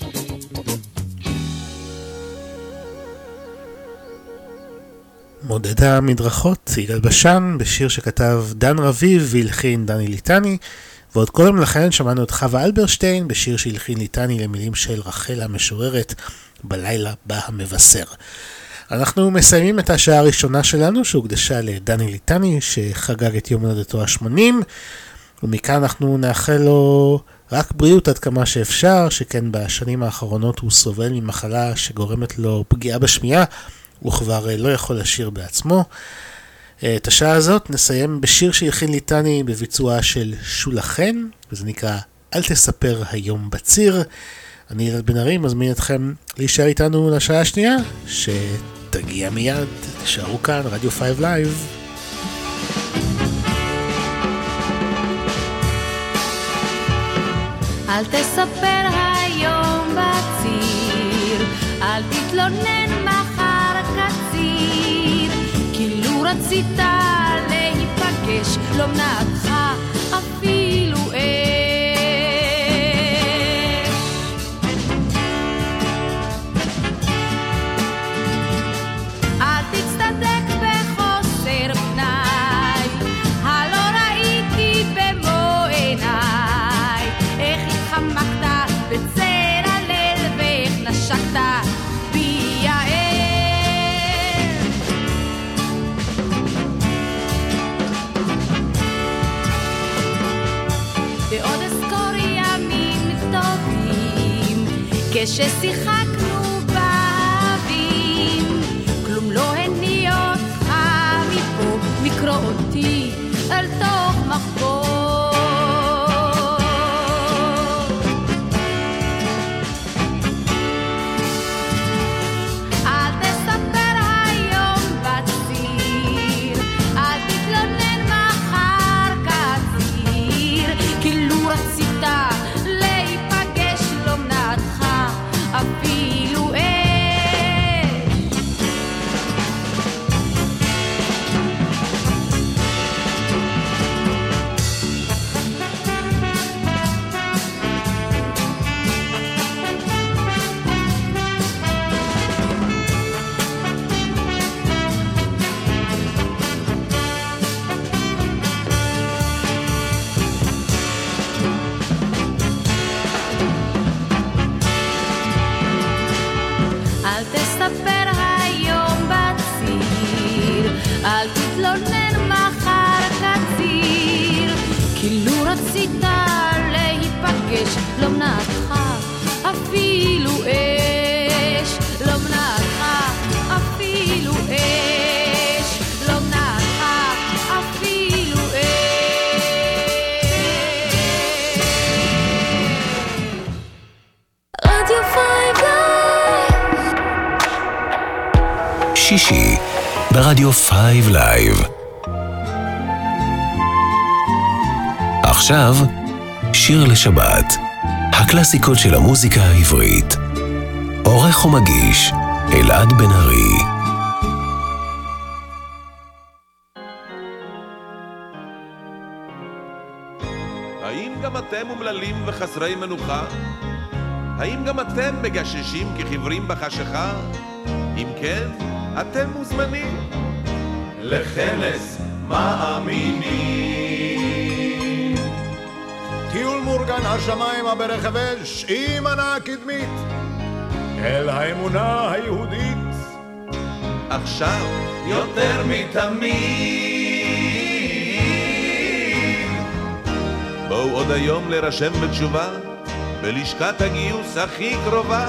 מודד המדרכות, יגאל בשן, בשיר שכתב דן רביב והלחין דני ליטני, ועוד קודם לכן שמענו את חווה אלברשטיין בשיר שהלחין ליטני למילים של רחל המשוררת, בלילה בא המבשר. אנחנו מסיימים את השעה הראשונה שלנו שהוקדשה לדני ליטני שחגג את יום הולדתו ה-שמונים, ומכאן אנחנו נאחל לו רק בריאות עד כמה שאפשר, שכן בשנים האחרונות הוא סובל ממחלה שגורמת לו פגיעה בשמיעה, הוא כבר לא יכול לשיר בעצמו. את השעה הזאת נסיים בשיר שהלחין ליטני בביצועה של שולה חן, וזה נקרא אל תספר היום בציר. אני ילד בן ארי, מזמין אתכם להישאר איתנו לשעה השנייה, שתגיע מיד. תשארו כאן, רדיו פייב לייב. אל תספר היום בציר, אל תתלונן מחר קציר, כאילו רצית להיפגש, לא מנעתך אפילו אש. אל תצטדק בחוסר פנאי, הלא ראיתי במו עיניי איך התחמקת בצל הליל ואיך נשקת בי האל. ועוד אזכור ימים טובים כששיחקנו באבים, כלום לא הניע אותך מפה לקרוא אותי אל תוך מחבור. אל תספר היום בציר, אל תתלונן מחר קציר, כאילו רצית להיפגש לא מנעתך אפילו אש. אל תספר היום בציר, אל תתלונן מחר קציר, כאילו רצית להיפגש לא מנעתך אפילו אש, לא מנעתך אפילו אש, לא מנעתך אפילו אש. רדיו פייב שישי ברדיו פייב לייב. עכשיו שיר לשבת, הקלאסיקות של המוזיקה העברית. עורך ומגיש אלעד בן ארי. האם גם אתם אומללים וחסרי מנוחה? האם גם אתם מגששים כחברים בחשיכה? אם כן, אתם מוזמנים לכנס מאמינים. טיול מאורגן השמיימה ברכב אש עם הנעה קדמית אל האמונה היהודית. עכשיו יותר מתמיד בואו עוד היום להירשם בתשובה בלשכת הגיוס הכי קרובה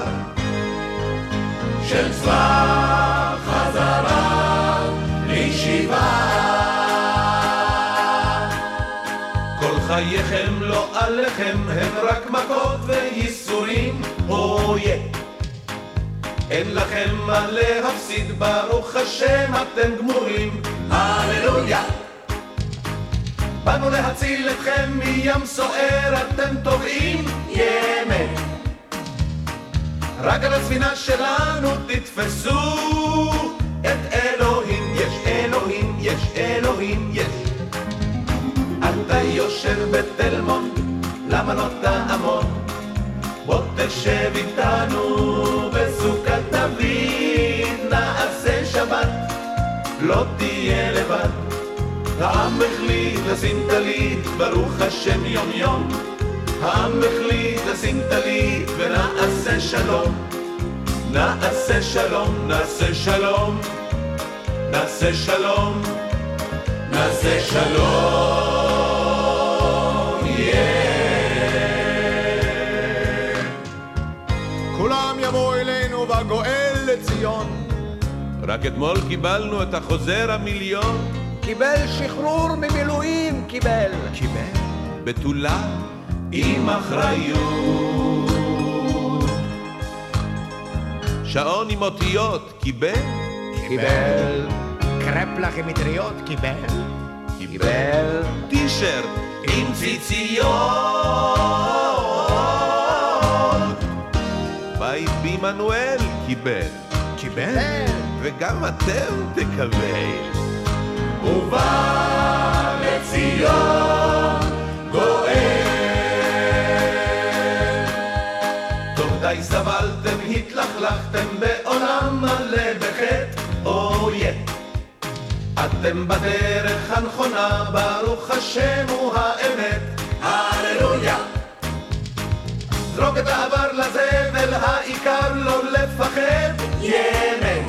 של צבא חזרה לישיבה. כל חייכם לא עליכם הם רק מכות וייסורים. אויה אין לכם מה להפסיד, ברוך השם אתם גמורים. הללויה, באנו להציל אתכם מים סוער, אתם טובעים ימת. רק על הספינה שלנו תתפסו את אלוהים. יש אלוהים, יש אלוהים, יש. אתה יושב בתל מונד, למה לא תעמוד? בוא תשב איתנו בסוכת דוד, נעשה שבת, לא תהיה לבד. העם החליט לשים טלית, ברוך השם יום יום. העם החליט לשים טלית ונעשה שלום. נעשה שלום, נעשה שלום, נעשה שלום, נעשה שלום, כולם יבואו אלינו בגואל לציון. רק אתמול קיבלנו את החוזר המיליון. קיבל שחרור ממילואים, קיבל. קיבל בתולה עם אחריות. שעון עם אותיות קיבל. קיבל. קרפלח עם מטריות, קיבל. קיבל. טישרט עם ציציות. בית בימנואל קיבל. קיבל. וגם אתם תקבל. ובא לציון גואל. טוב די סבלתם, התלכלכתם בעולם מלא בחטא. אויה אתם בדרך הנכונה, ברוך השם הוא האמת. הללויה, זרוק את העבר לזבל, העיקר לא לפחד. ימן,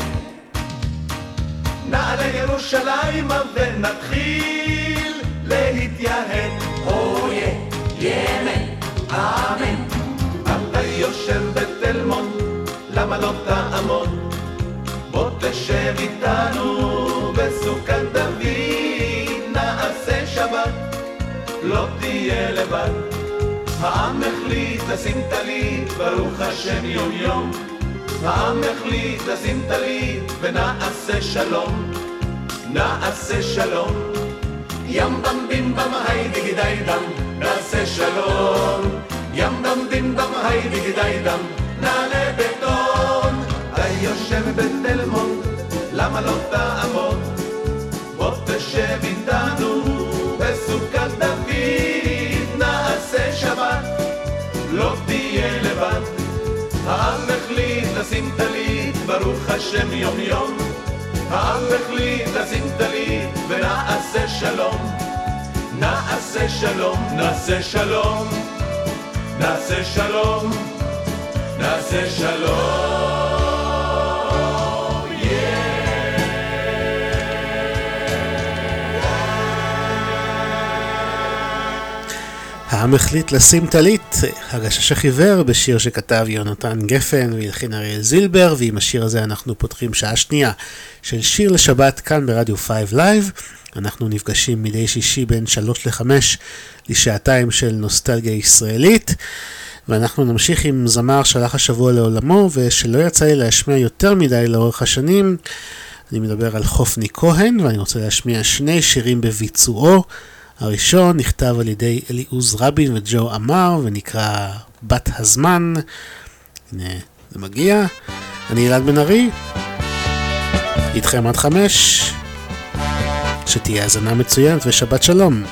נעלה ירושלים ונתחיל להתייהד. אויה, ימן, אמן. אתה יושב בתל מונד, למה לא תעמוד? בוא תשב איתנו בסוכת דוד, נעשה שבת, לא תהיה לבד. העם החליט לשים טלית, ברוך השם יום יום. העם החליט לשים טלית ונעשה שלום. נעשה שלום. ים דם בים בם היידי גדי דם, נעשה שלום. ים דם בים בם היידי גדי דם, נעלה בטון. אתה יושב בתל מונד, למה לא תעמוד? בוא תשב איתנו בסוכת דוד, נעשה שבת, לא תהיה לבד. העם החליט לשים טלית, ברוך השם יום יום. העם החליט לשים טלית ונעשה שלום. נעשה שלום, נעשה שלום, נעשה שלום, נעשה שלום. העם החליט לשים טלית, הגשש החיוור, בשיר שכתב יונתן גפן והלחין אריאל זילבר, ועם השיר הזה אנחנו פותחים שעה שנייה של שיר לשבת כאן ברדיו פייב לייב. אנחנו נפגשים מדי שישי בין שלוש לחמש לשעתיים של נוסטלגיה ישראלית, ואנחנו נמשיך עם זמר שהלך השבוע לעולמו ושלא יצא לי להשמיע יותר מדי לאורך השנים. אני מדבר על חופני כהן, ואני רוצה להשמיע שני שירים בביצועו. הראשון נכתב על ידי אליעוז רבין וג'ו אמר ונקרא בת הזמן. הנה, זה מגיע. אני אלעד בן ארי, איתכם עד חמש. שתהיה האזנה מצוינת ושבת שלום.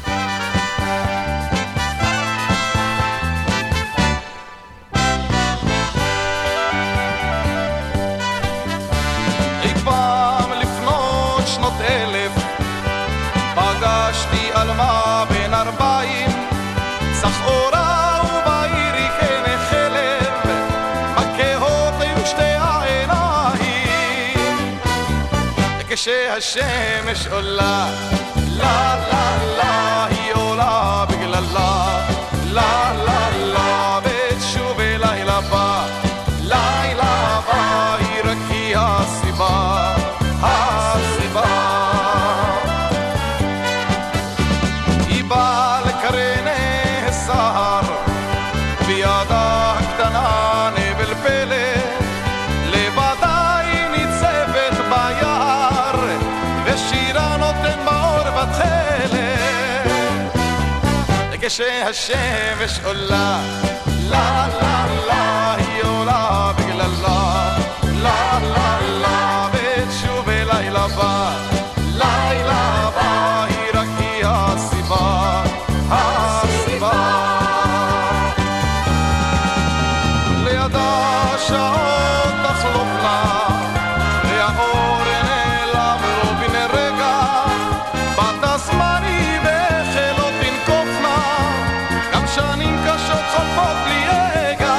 אי פעם לפנות שנות אלף פגשתי אלמה בן ארבעים, צחורה ובעירי כנחלב, מכהות היו שתי העיניים. כשהשמש עולה, לה לה לה, היא עולה בגללה, לה לה לה, ותשוב לילה בא, לילה בא, היא רק היא הסיבה, הסיבה. היא באה לקרני הסהר, בידה הקטנה נבל פלא, לבדה היא ניצבת ביער, ושירה נותן באור בתכלת. כשהשמש עולה, לה לה לה, היא עולה בגללה, לה לה לה, ותשוב לילה בא, לילה בא, היא רק היא הסיבה, הסיבה. לידה שעות תחלופנה, והאור נעלם לו בן רגע, בת הזמני וחילות תנקופנה, גם שנים קשות חולפות בלי רגע.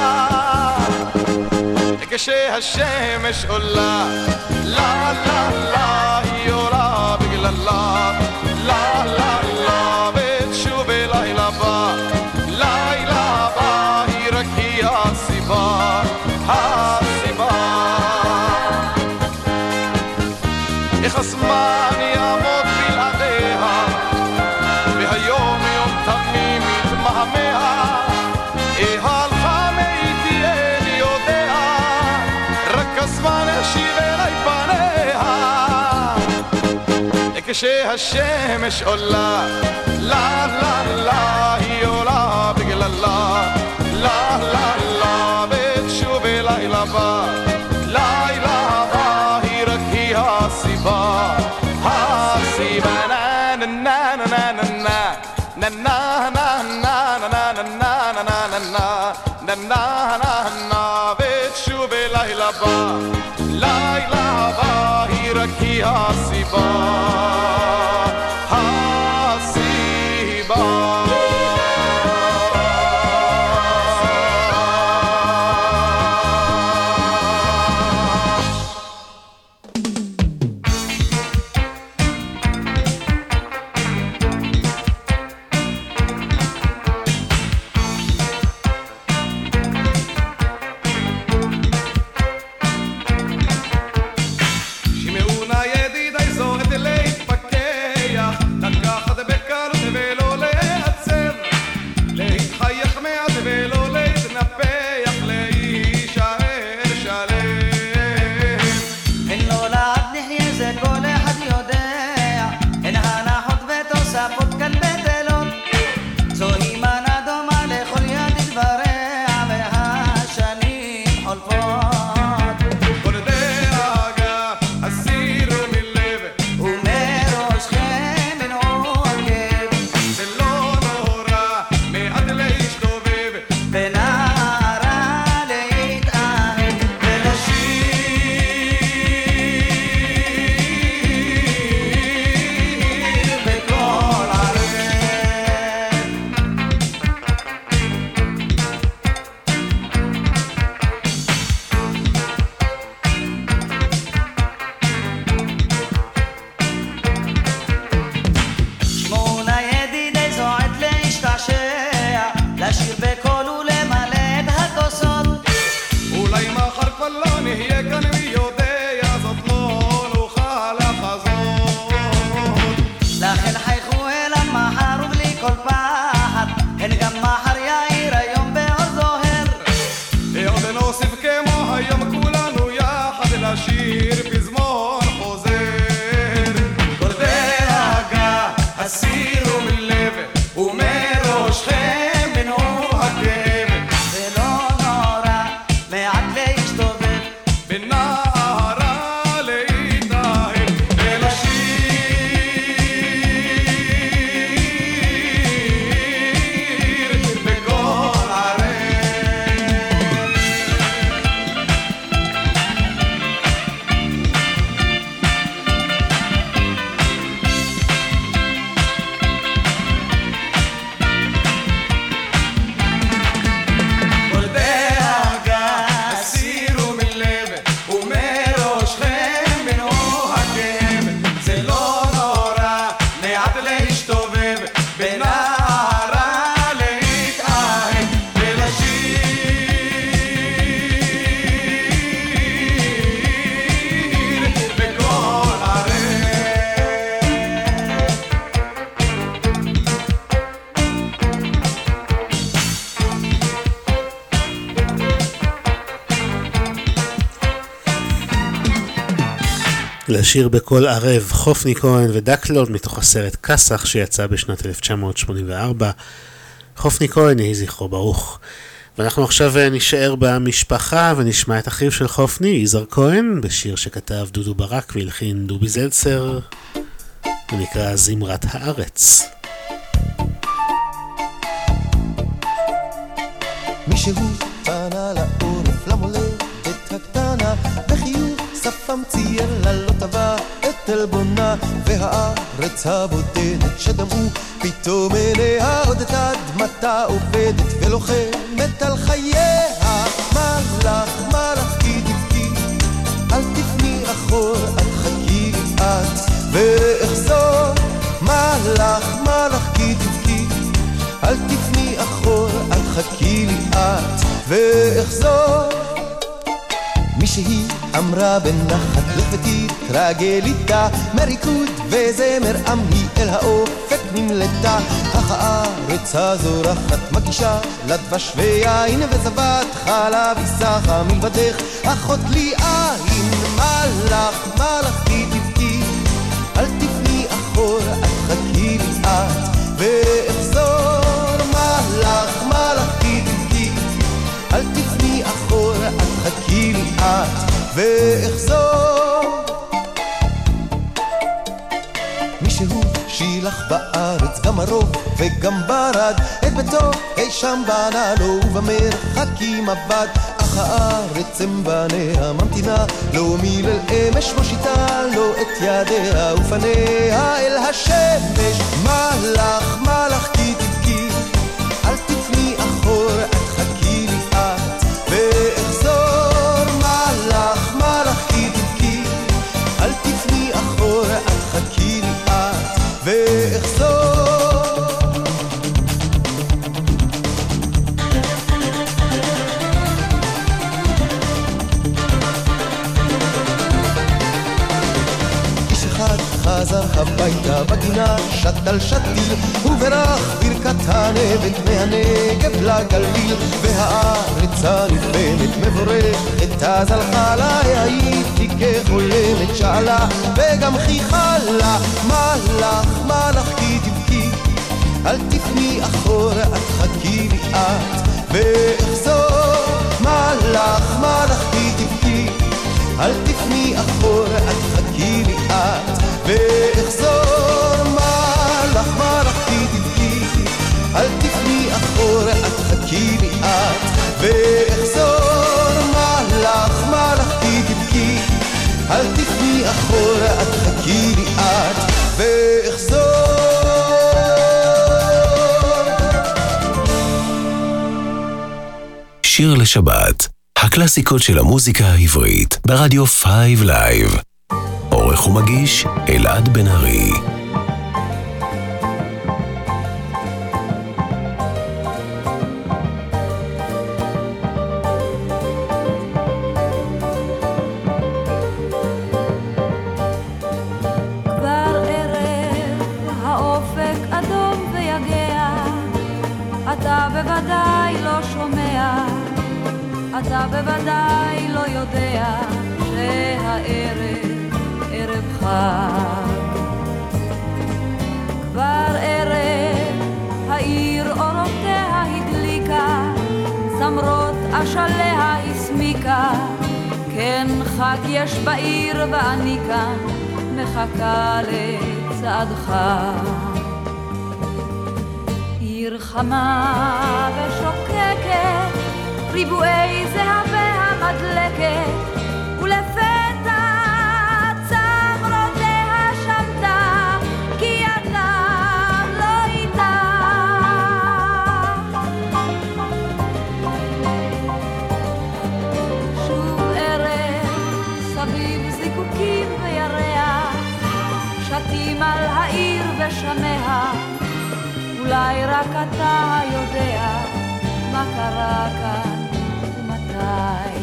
כשהשמש עולה, לה לה לה, היא עולה בגללה, לה לה לה, ותשוב לילה בא, לילה בא, היא רק היא הסיבה, הסיבה. איך הזמן יעמוד בלעדיה, והיום יום תמים מתמהמה, איך הלכה מאיתי אין יודע, רק הזמן ישיב אליי פניה. כשהשמש עולה, לה לה לה, היא עולה בגללה, לה לה לה, ותשוב לילה בא, לילה בא, היא רק היא הסיבה, הסיבה. נה נה נה נה נה נה נה נה נה נה נה נה נה נה נה נה, ותשוב לילה בא, לילה בא, היא רק היא הסיבה, הסיבה. שמעונה ידידי זו את להתפקד, לשיר בקול ערב, חופני כהן ודקלון מתוך הסרט קסח שיצא בשנת אלף תשע מאות שמונים וארבע. חופני כהן, יהי זכרו ברוך. ואנחנו עכשיו נשאר במשפחה ונשמע את אחיו של חופני, יזהר כהן, בשיר שכתב דודו ברק והלחין דובי זלצר, ונקרא זמרת הארץ. מישהו פנה לעורף למולדת הקטנה וחיוך שפם צייר לה לא טבע את אלבונה, והארץ הבודדת שדמעו פתאום עיניה עוד את אדמתה עובדת ולוחמת על חייה. מלאך מלאכתי תבכי אל תפני אחור אל חכי לי את ואחזור. מלאך מלאכתי תבכי אל תפני אחור אל חכי לי את ואחזור. מישהי אמרה בנחת לפתית רגליתה מריקוד וזמר עמי אל האופק נמלטה. אך הארץ הזורחת מגישה לדבש ויין וזבת חלב יסחה מלבדך אחות לי עין. מלאך מלאכתי תבכי אל תפני אחור אל חכי לי את ואחזור. מלאך מלאכתי תבכי אל תפני אחור אל חכי לי את ואחזור. מישהו שילח בארץ גם הרוב וגם ברד את ביתו אי שם בנה לו ובמרחקים עבד. אך הארץ עם בניה ממתינה לו מילל אמש מושיטה לו את ידיה ופניה אל השמש. מלאך מלאכתי תבכי אל תפני אחור אל חכי לי את ואחזור. מלאך מלאכתי תבכי אל תפני אחור אל חכי לי את ואחזור. חזר הביתה בגינה שתל שתיל וברח ברכת הנבט מהנגב לגליל, והארץ הנפלמת מבורכת אז הלכה לה הייתי כחולמת שאלה וגם חיכה לה. מלאך מלאכתי תבכי אל תפני אחורה אל חכי לי את ואחזור. מלאך מלאכתי תבכי אל תפני אחורה אל חכי לי את ואחזור. מלאך מלאכתי תבכי אל תפני אחורה אל חכי לי את ואחזור. מלאך מלאכתי תבכי אל תפני אחורה אל חכי לי את ואחזור. שיר לשבת, הקלאסיקות של המוזיקה העברית ברדיו פייב לייב. עורך ומגיש אלעד בן ארי. כבר ערב האופק אדום ויגע, אתה בוודאי לא שומע, אתה בוודאי לא יודע שהערב ערב חג. כבר ערב העיר אורותיה הדליקה, צמרות אשליה הסמיקה, כן חג יש בעיר ואני כאן מחכה לצעדך. עיר חמה ושוקקת, ריבועי זהבי המדלקת, ולפתע צמרותיה שמתה, כי אתה לא איתה. שוב ערב סביב זיקוקים וירח, שתים על העיר ושמיה, אולי רק אתה יודע מה קרה כאן ומתי.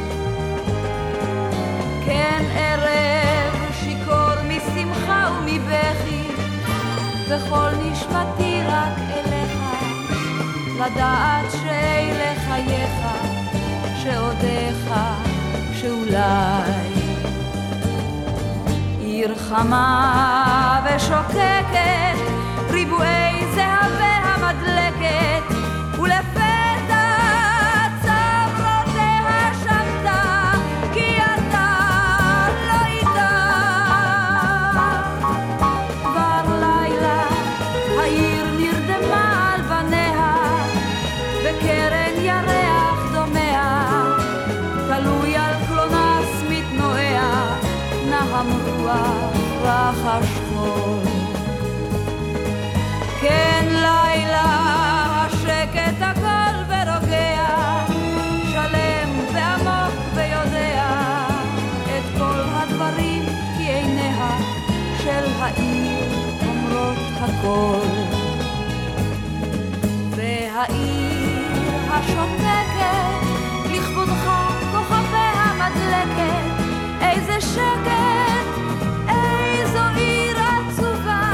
כן ערב שיכור משמחה ומבכי, וכל נשמתי רק אליך, לדעת שאלה חייך, שעודיך, שאולי עיר חמה ושוקקת, ריבועי זהב והמדלקת, ולפתע צברותיה שמתה, כי אתה לא איתה. כבר לילה העיר נרדמה על בניה, וקרן ירח דומע, תלוי על קלונס מתנועע, נהם רוח רחש חול. כן לילה השקט הכל ורוגע, שלם ועמוק ויודע את כל הדברים, כי עיניה של העיר אומרות הכל. והעיר השותקת לכבודך כוכביה מדלקת, איזה שקט, איזו עיר עצובה.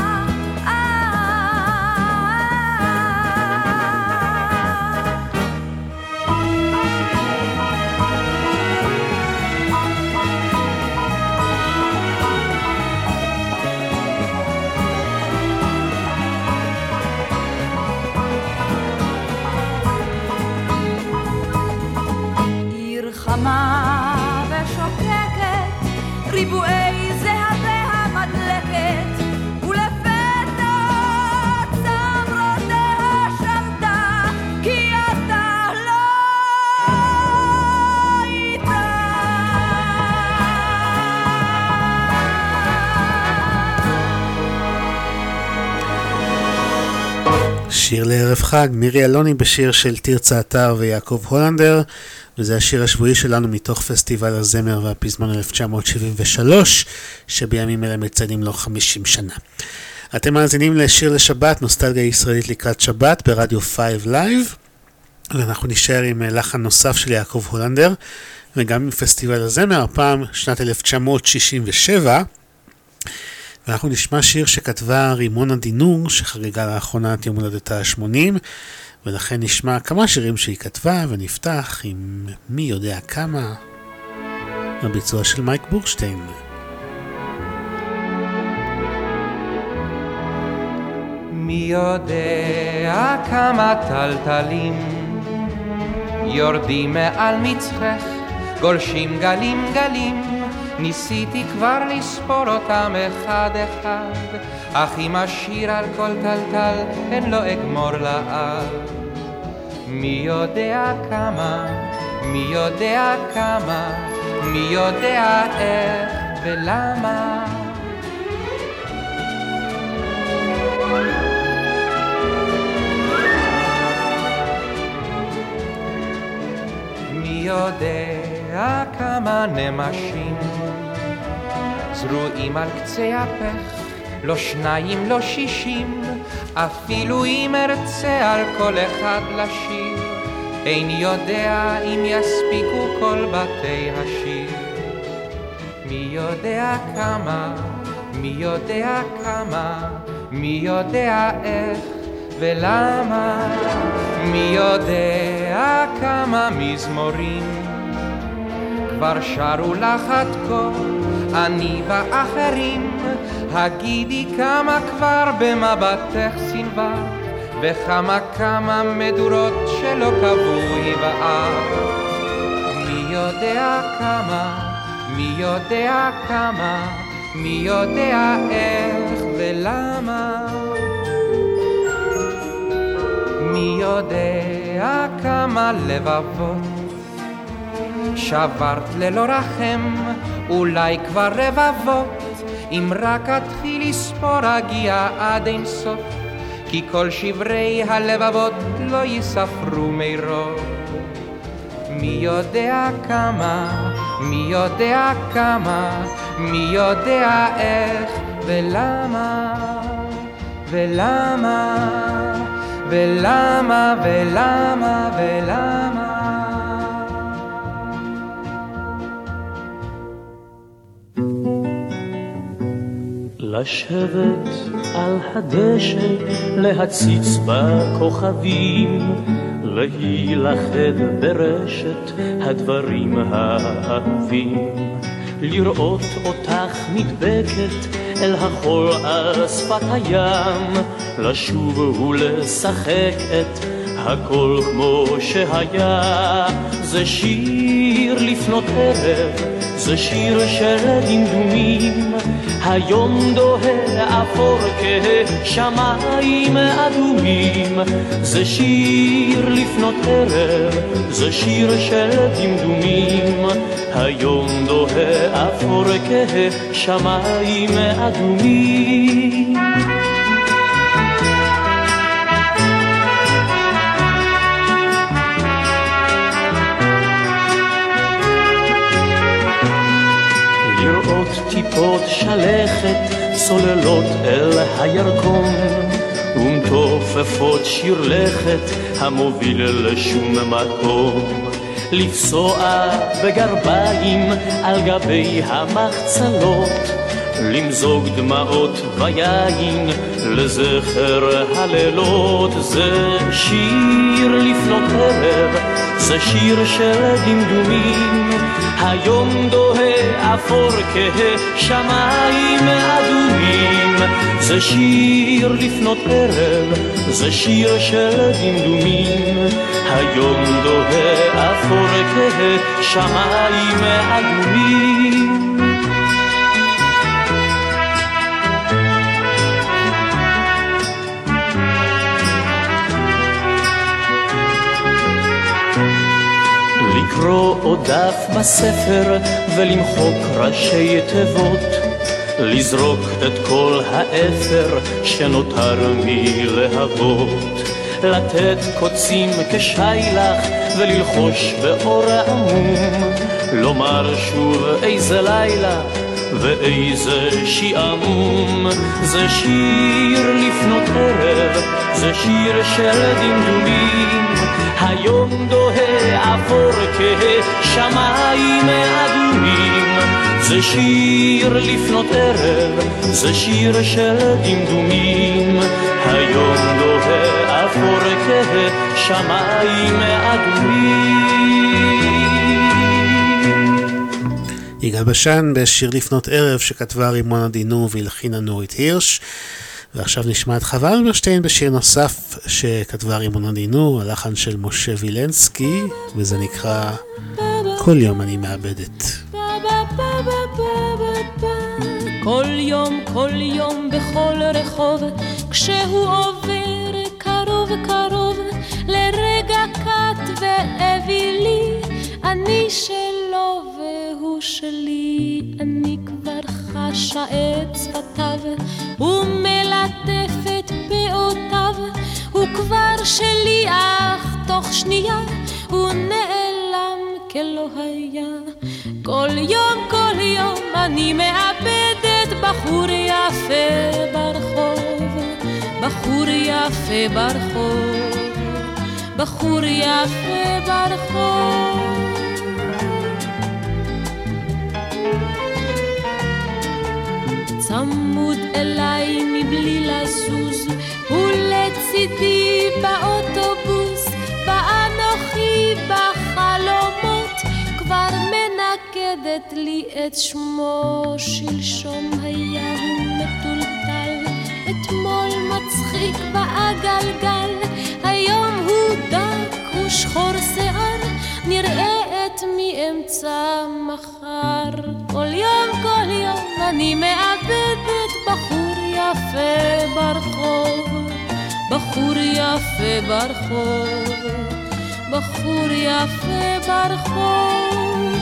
עיר חמה ושוקקת, ריבועי זהב והמדלקת, ולפתע צמרותיה שמתה, כי אתה לא איתה. שיר לערב חג, מירי אלוני בשיר של תרצה אתר ויעקב הולנדר, וזה השיר השבועי שלנו מתוך פסטיבל הזמר והפזמון אלף תשע מאות שבעים ושלוש, שבימים אלה מציינים לו חמישים שנה. אתם מאזינים לשיר לשבת, נוסטלגיה ישראלית לקראת שבת ברדיו פייב לייב, ואנחנו נשאר עם לחן נוסף של יעקב הולנדר, וגם עם פסטיבל הזמר, הפעם שנת אלף תשע מאות שישים ושבע, ואנחנו נשמע שיר שכתבה רימונה דינור, שחגגה לאחרונה את יום הולדתה ה-שמונים, ולכן נשמע כמה שירים שהיא כתבה, ונפתח עם מי יודע כמה, הביצוע של מייק בורשטיין. מי יודע כמה טלטלים יורדים מעל מצחך, גולשים גלים גלים, ניסיתי כבר לספור אותם אחד אחד, אך אם אשיר על כל טלטל אין לא אגמור לעד. מי יודע כמה, מי יודע כמה, מי יודע איך ולמה. מי יודע כמה נמשים זרועים על קצה הפך, לא שניים, לא שישים, אפילו אם ארצה על כל אחד לשיר, אין יודע אם יספיקו כל בתי השיר. מי יודע כמה, מי יודע כמה, מי יודע איך ולמה. מי יודע כמה מזמורים כבר שרו לך עד כה, אני ואחרים, הגידי כמה כבר במבטך סנווה, וכמה כמה מדורות שלא קבוי באב. מי יודע כמה, מי יודע כמה, מי יודע איך ולמה. מי יודע כמה לבבות שברת ללא רחם, אולי כבר רבבות, אם רק אתחיל לספור אגיע עד אין סוף, כי כל שברי הלבבות לא יספרו מרוב. מי יודע כמה, מי יודע כמה, מי יודע איך ולמה, ולמה, ולמה, ולמה, ולמה. לשבת על הדשא, להציץ בכוכבים, להילחד ברשת הדברים האהבים, לראות אותך נדבקת אל החול על שפת הים, לשוב ולשחק את הכל כמו שהיה. זה שיר לפנות ערב, זה שיר של דמדומים, היום דוהה אפור כשמיים אדומים. זה שיר לפנות ערב, זה שיר של דמדומים, היום דוהה אפור כשמיים אדומים. לראות טיפות שלכת סוללות אל הירקון, ומתופפות שיר לכת המוביל לשום מקום. לפסוע בגרביים על גבי המחצלות, למזוג דמעות ויין לזכר הלילות. זה שיר לפנות ערב, זה שיר של דמדומים, היום דוהה אפור כשמיים אדומים. זה שיר לפנות ערב, זה שיר של דמדומים, היום דוהה אפור כשמיים אדומים. לקרוא עוד דף בספר ולמחוק ראשי תיבות, לזרוק את כל האפר שנותר מלהבות, לתת קוצים כשיילך וללחוש באור עמום, לומר שוב איזה לילה ואיזה שעמום. זה שיר לפנות ערב, זה שיר של דמדומים, היום דוהה אפור כשמיים אדומים. זה שיר לפנות ערב, זה שיר של דמדומים, היום דוהה אפור כשמיים אדומים. יגאל בשן בשיר לפנות ערב שכתבה רימונה דינו והלחינה נורית הירש. ועכשיו נשמע את חווה אלברשטיין בשיר נוסף שכתבה רימונה דינו, הלחן של משה וילנסקי, וזה נקרא כל יום אני מאבדת. כל יום, כל יום בכל רחוב, כשהוא עובר קרוב קרוב לרגע קט ואווילי, אני שלו והוא שלי, אני כבר חשה את שפתיו ומלטף את פאותיו, הוא כבר שלי אך תוך שנייה הוא נעלם כלא היה. כל יום, כל יום אני מאבדת בחור יפה ברחוב, בחור יפה ברחוב, בחור יפה ברחוב. צמוד אליי מבלי לזוז, ולצידי באוטובוס, ואנוכי בחלומות כבר מנקדת לי את שמו. שלשום היה הוא מטולטל, אתמול מצחיק בעגלגל, היום הוא דק ושחור שיער, נראה את מאמצע מחר. כל יום, כל יום אני מאבדת בחור יפה ברחוב, בחור יפה ברחוב, בחור יפה ברחוב.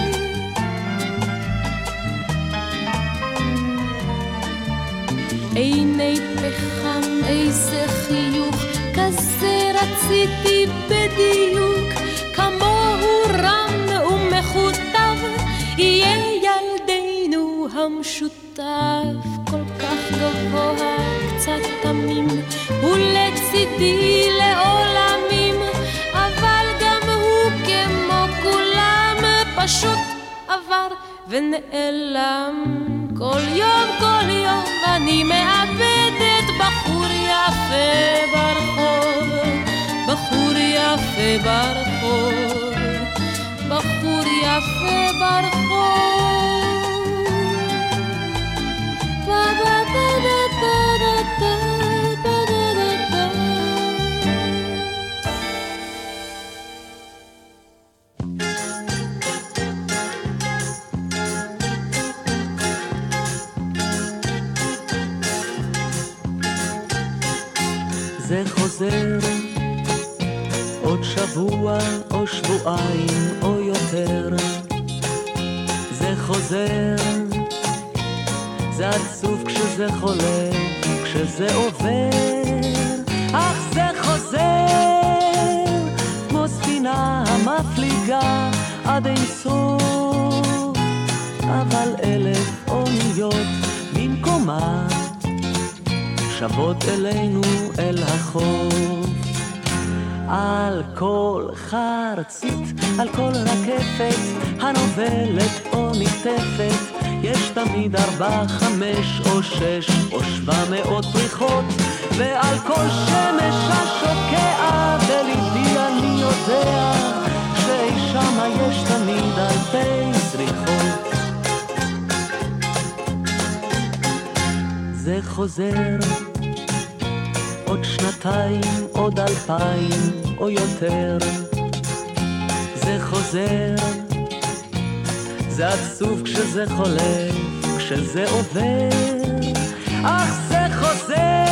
עיני פחם, איזה חיוך, כזה רציתי בדיוק, כמוהו רם ומחוטב, יהיה ילדינו המשותף. כל כך גבוה, קצת תמים, ולצידי לעולמים, אבל גם הוא כמו כולם, פשוט עבר ונעלם. כל יום, כל יום אני מאבדת בחור יפה ברחוב, בחור יפה ברחוב, בחור יפה ברחוב. חוזר עוד שבוע או שבועיים או יותר, זה חוזר, זה עצוב כשזה חולה, כשזה עובר, אך זה חוזר כמו ספינה המפליגה עד אין סוף, אבל אלף אוניות במקומה שבות אלינו אל החוף. על כל חרצית, על כל רקפת הנובלת או נקטפת, יש תמיד ארבע, חמש או שש או שבע מאות פריחות, ועל כל שמש השוקע בליבי אני יודע שאי שמה יש תמיד אלפי זריחות. זה חוזר עוד שנתיים, עוד אלפיים או יותר, זה חוזר, זה עצוב כשזה חולף, כשזה עובר, אך זה חוזר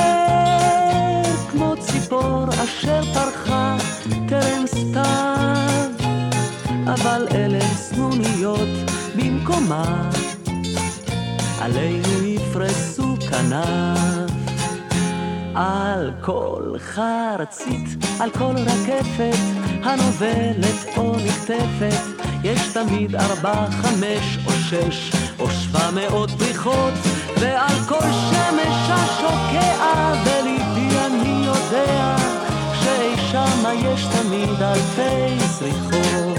כמו ציפור אשר פרחה טרם סתיו, אבל אלף סנוניות במקומה עלינו יפרסו כנף. על כל חרצית, על כל רקפת הנובלת או נקטפת, יש תמיד ארבע, חמש או שש או שבע מאות פריחות, ועל כל שמש השוקע בליבי אני יודע שאי שמה יש תמיד אלפי זריחות.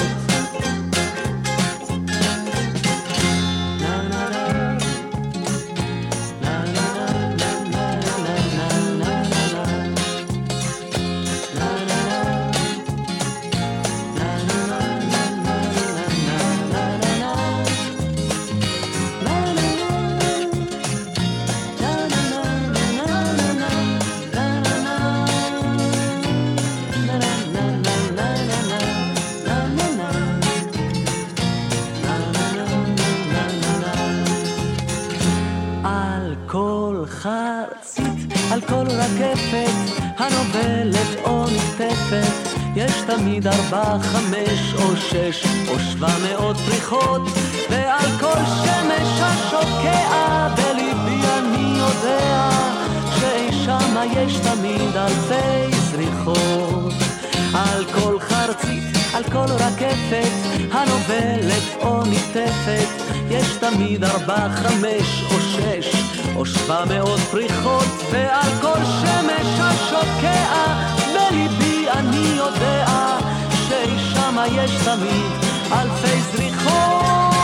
על כל רקפת הנובלת או נקטפת, יש תמיד ארבע, חמש או שש או שבע מאות פריחות, ועל כל שמש השוקע בליבי אני יודע שאי שמה יש תמיד אלפי זריחות. על כל חרצית, על כל רקפת הנובלת או נקטפת, יש תמיד ארבע, חמש או שש או שבע מאות פריחות, ועל כל שמש השוקע בליבי אני יודע שאי שמה יש תמיד אלפי זריחות.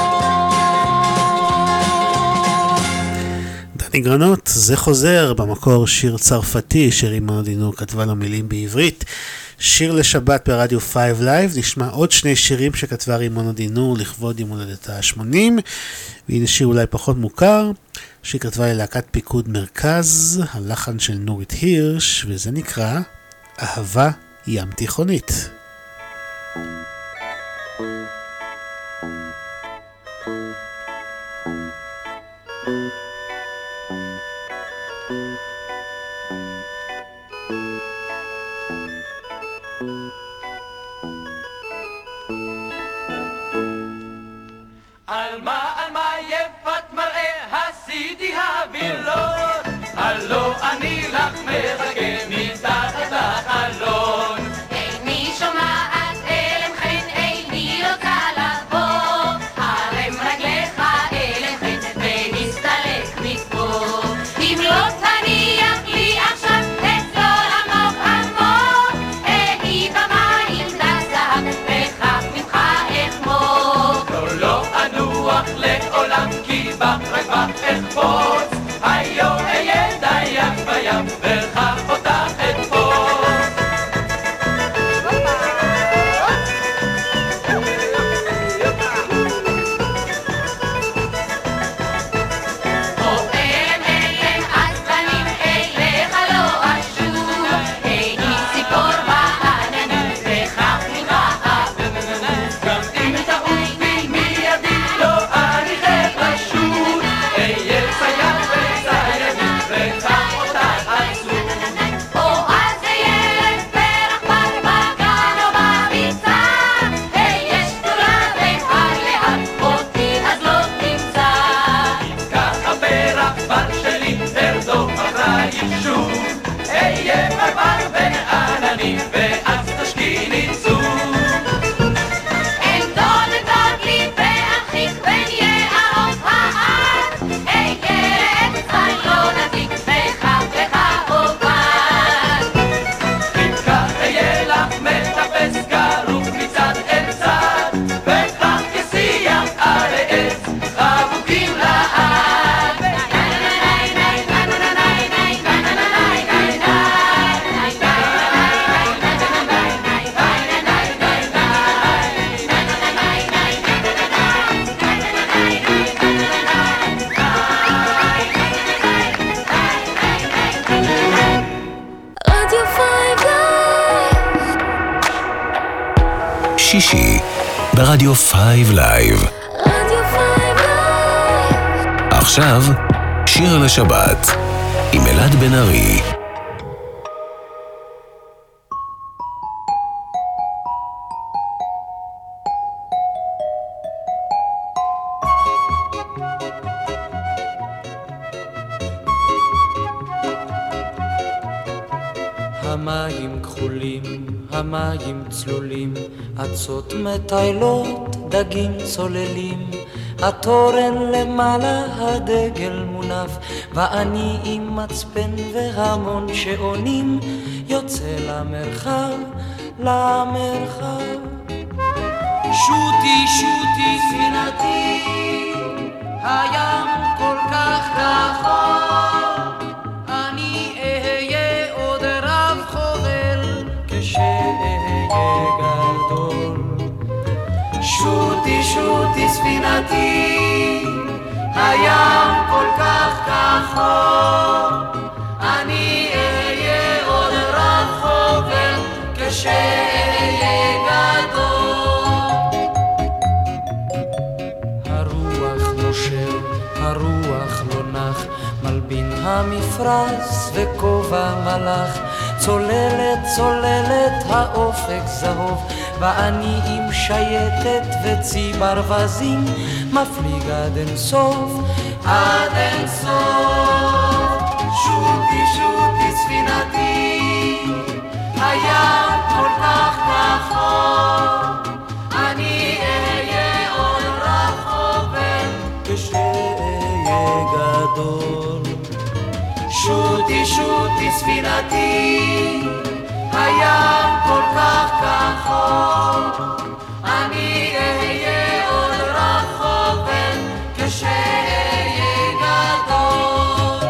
דני גרנות, זה חוזר, במקור שיר צרפתי שרימה דינו כתבה לו מילים בעברית. שיר לשבת ברדיו פייב לייב, נשמע עוד שני שירים שכתבה רימונה דינור לכבוד יום הולדתה ה-שמונים, והנה שיר אולי פחות מוכר, שהיא כתבה ללהקת פיקוד מרכז, הלחן של נורית הירש, וזה נקרא אהבה ים תיכונית. על מה, על מה יפת מראה עשיתי הווילות, הלא אני לך מחכה מתחת לחלון. איני שומעת אלם חן, איני רוצה לבוא, הרם רגליך אלם חן ונסתלק מפה. אם לא תניח לי עכשיו אצלול עמוק עמוק, אהי במים דזהב וכך ממך אחמוק. לא לא אנוח לעולם כי בך רק בך אחפוץ, היו אהיה דייג בים וכך אותך אתפוץ. Yeah. ברדיו פייב לייב. רדיו פייב לייב. עכשיו, שיר לשבת, עם אלעד בן ארי. המים כחולים, המים צלולים, עצות מטיילות, דגים צוללים, התורן למעלה, הדגל מונף, ואני עם מצפן והמון שעונים, יוצא למרחב, למרחב. שוטי שוטי ספינתי, הים כל כך רחוק, אני אהיה עוד רב חובל כשאהיה גדול. שוטי שוטי ספינתי, הים כל כך רחוק, אני אהיה עוד רב חובל כשאהיה גדול. הרוח נושר, הרוח לא נח, מלבין המפרש וכובע מלאך, צוללת צוללת האופק זהוב, ואני עם שייטת וצי ברווזים, מפליג עד אין סוף, עד אין סוף. שוטי שוטי ספינתי, הים כל כך רחוק, אני אהיה עוד רחוק כשאהיה גדול. שוטי שוטי ספינתי, הים כל כך רחוק, אני אהיה עוד רחוק כשאהיה גדול.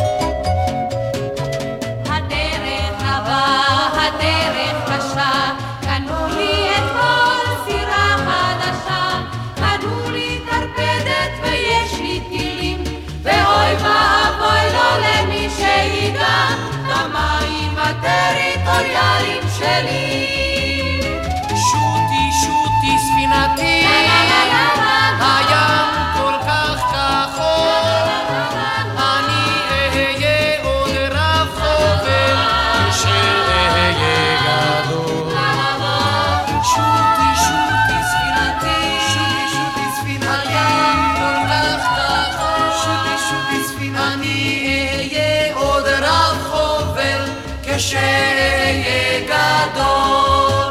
הדרך רבה, הדרך קשה, קנו לי אתמול סירה חדשה, קנו לי תרפדת ויש לי טילים, ואוי ואבוי לו למי שידע את המים הטריטוריאליים שלי. שוטי שוטי ספינתי, הים כל כך רחוק, אני אהיה עוד רב חובל כשאהיה גדול. שוטי שוטי ספינתי, שוטי שוטי ספינתי, הים כל כך רחוק, שוטי שוטי ספינתי, אני אהיה עוד רב חובל כשאהיה גדול.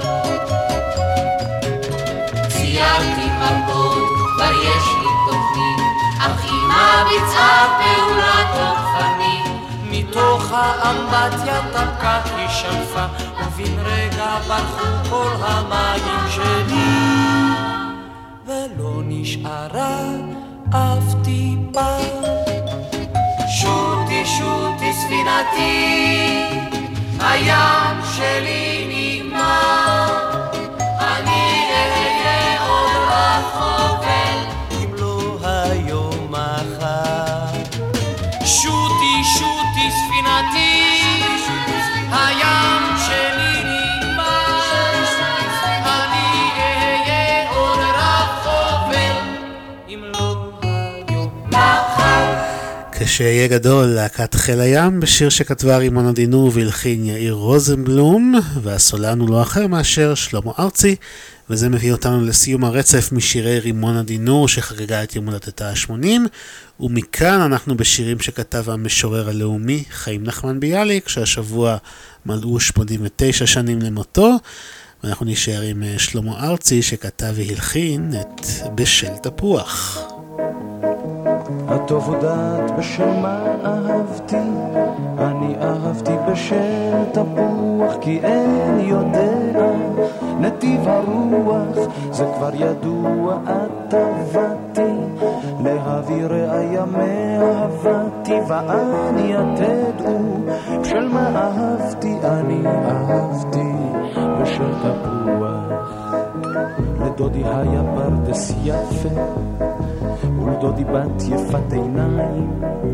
ציירתי מפות, כבר יש לי תוכנית, אך אמא ביצעה פעולה תוקפנית. מתוך האמבטיה תפקק היא שלפה, ובן רגע ברחו כל המים שלי, ולא נשארה אף טיפה. שוטי שוטי ספינתי, הים שלי נגמר, אני אהיה עוד רחוק אם לא היום מחר. שוטי שוטי ספינתי, הים שלי נגמר, אני אהיה עוד רחוק אם לא היום מחר. כשיהיה גדול, להקת חיל הים, בשיר שכתבה רימונה דינור והלחין יאיר רוזנבלום, והסולן הוא לא אחר מאשר שלמה ארצי, וזה מביא אותנו לסיום הרצף משירי רימונה דינור שחגגה את יום הולדתה ה-שמונים, ומכאן אנחנו בשירים שכתב המשורר הלאומי חיים נחמן ביאליק, שהשבוע מלאו שמונים ותשע שנים למותו, ואנחנו נשאר עם שלמה ארצי שכתב והלחין את בשל תפוח. הטוב הודעת בשל מה אהבתי, אני אהבתי בשל תפוח, כי אין יודע נתיב הרוח, זה כבר ידוע אהבתי, להביא ראיה מאהבתי, ואני תדעו בשל מה אהבתי, אני אהבתי בשל תפוח. לדודי היה פרדס יפה, לדודי בת יפת עיניים,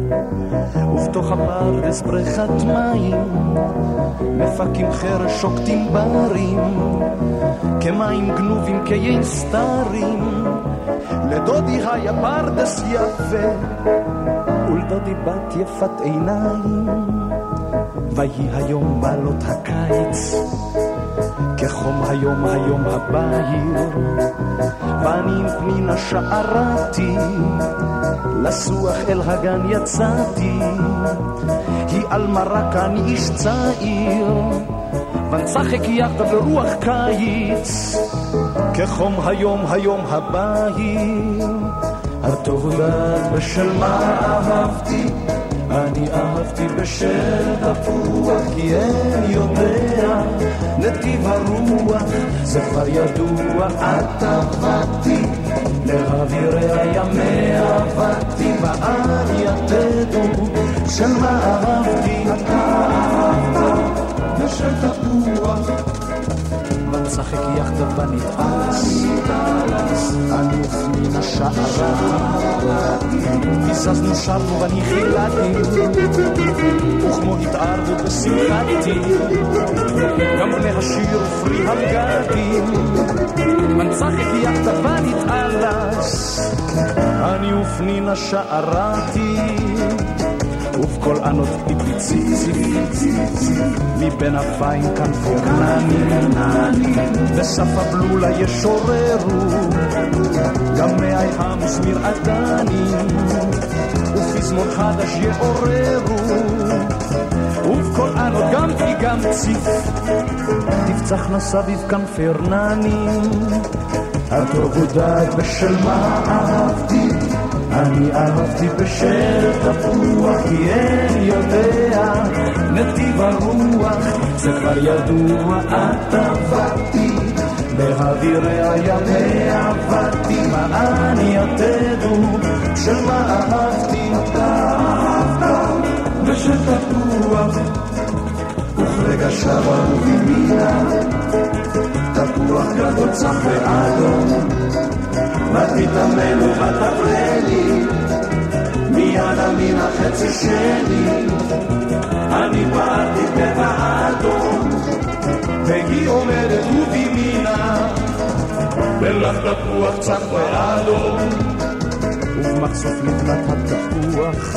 ובתוך הפרדס בריכת מים, מפקים חרש שוקטים ברים, כמים גנובים כיין סתרים. לדודי היה פרדס יפה, ולדודי בת יפת עיניים. ויהי היום בעלות הקיץ, כחום היום היום הבהיר, ואני עם פנינה שערתי, לסוח אל הגן יצאתי. היא על מרק אני איש צעיר, ונצחק יחד ברוח קיץ, כחום היום היום הבהיר. הטוב יודעת בשל מה אהבתי, אני אהבתי בשל תפוח, כי אין יודע נתיב הרוח, זה כבר ידוע. את עבדתי להעבירי ימי עבדתי, ואני יתדעו של מה אהבתי. אתה אהבת בשל תפוח, ונצחק יחדיו ונתעלס, אני ופנין השערה, ביססנו שרנו ואני חילתי, וכמו התערבו בשמחתי, גם בני השיר ופרי הגדים. ונצחק יחדיו ונתעלס, אני ופנין השערתי, ובכל ענות פיפיצי מבין אפיים כנפו כנעני, בסף הבלולה ישוררו גם מאי המסמיר עדני, ופזמון חדש יעוררו, ובכל ענות גם כי גם ציף תפצחנה סביב כנפי ארננים. הטוב יודעת בשל מה אהבתי, אני אהבתי בשל תפוח, כי אין יודע נתיב הרוח, זה כבר ידוע. את עבדתי להעבירי ימי עבדתי, מה אני יתדעו של מה אהבתי. אתה אהבת בשל תפוח, וכרגע שבה ובימינה, תפוח גדול צח ואדום, ותתאמן ותפרה לי, מיד המין החצי שלי, אני פעלתי בטע אדום, והיא עומדת ובימינה, ולך תפוח צח ואדום. ובמחשוף נבלת התפוח,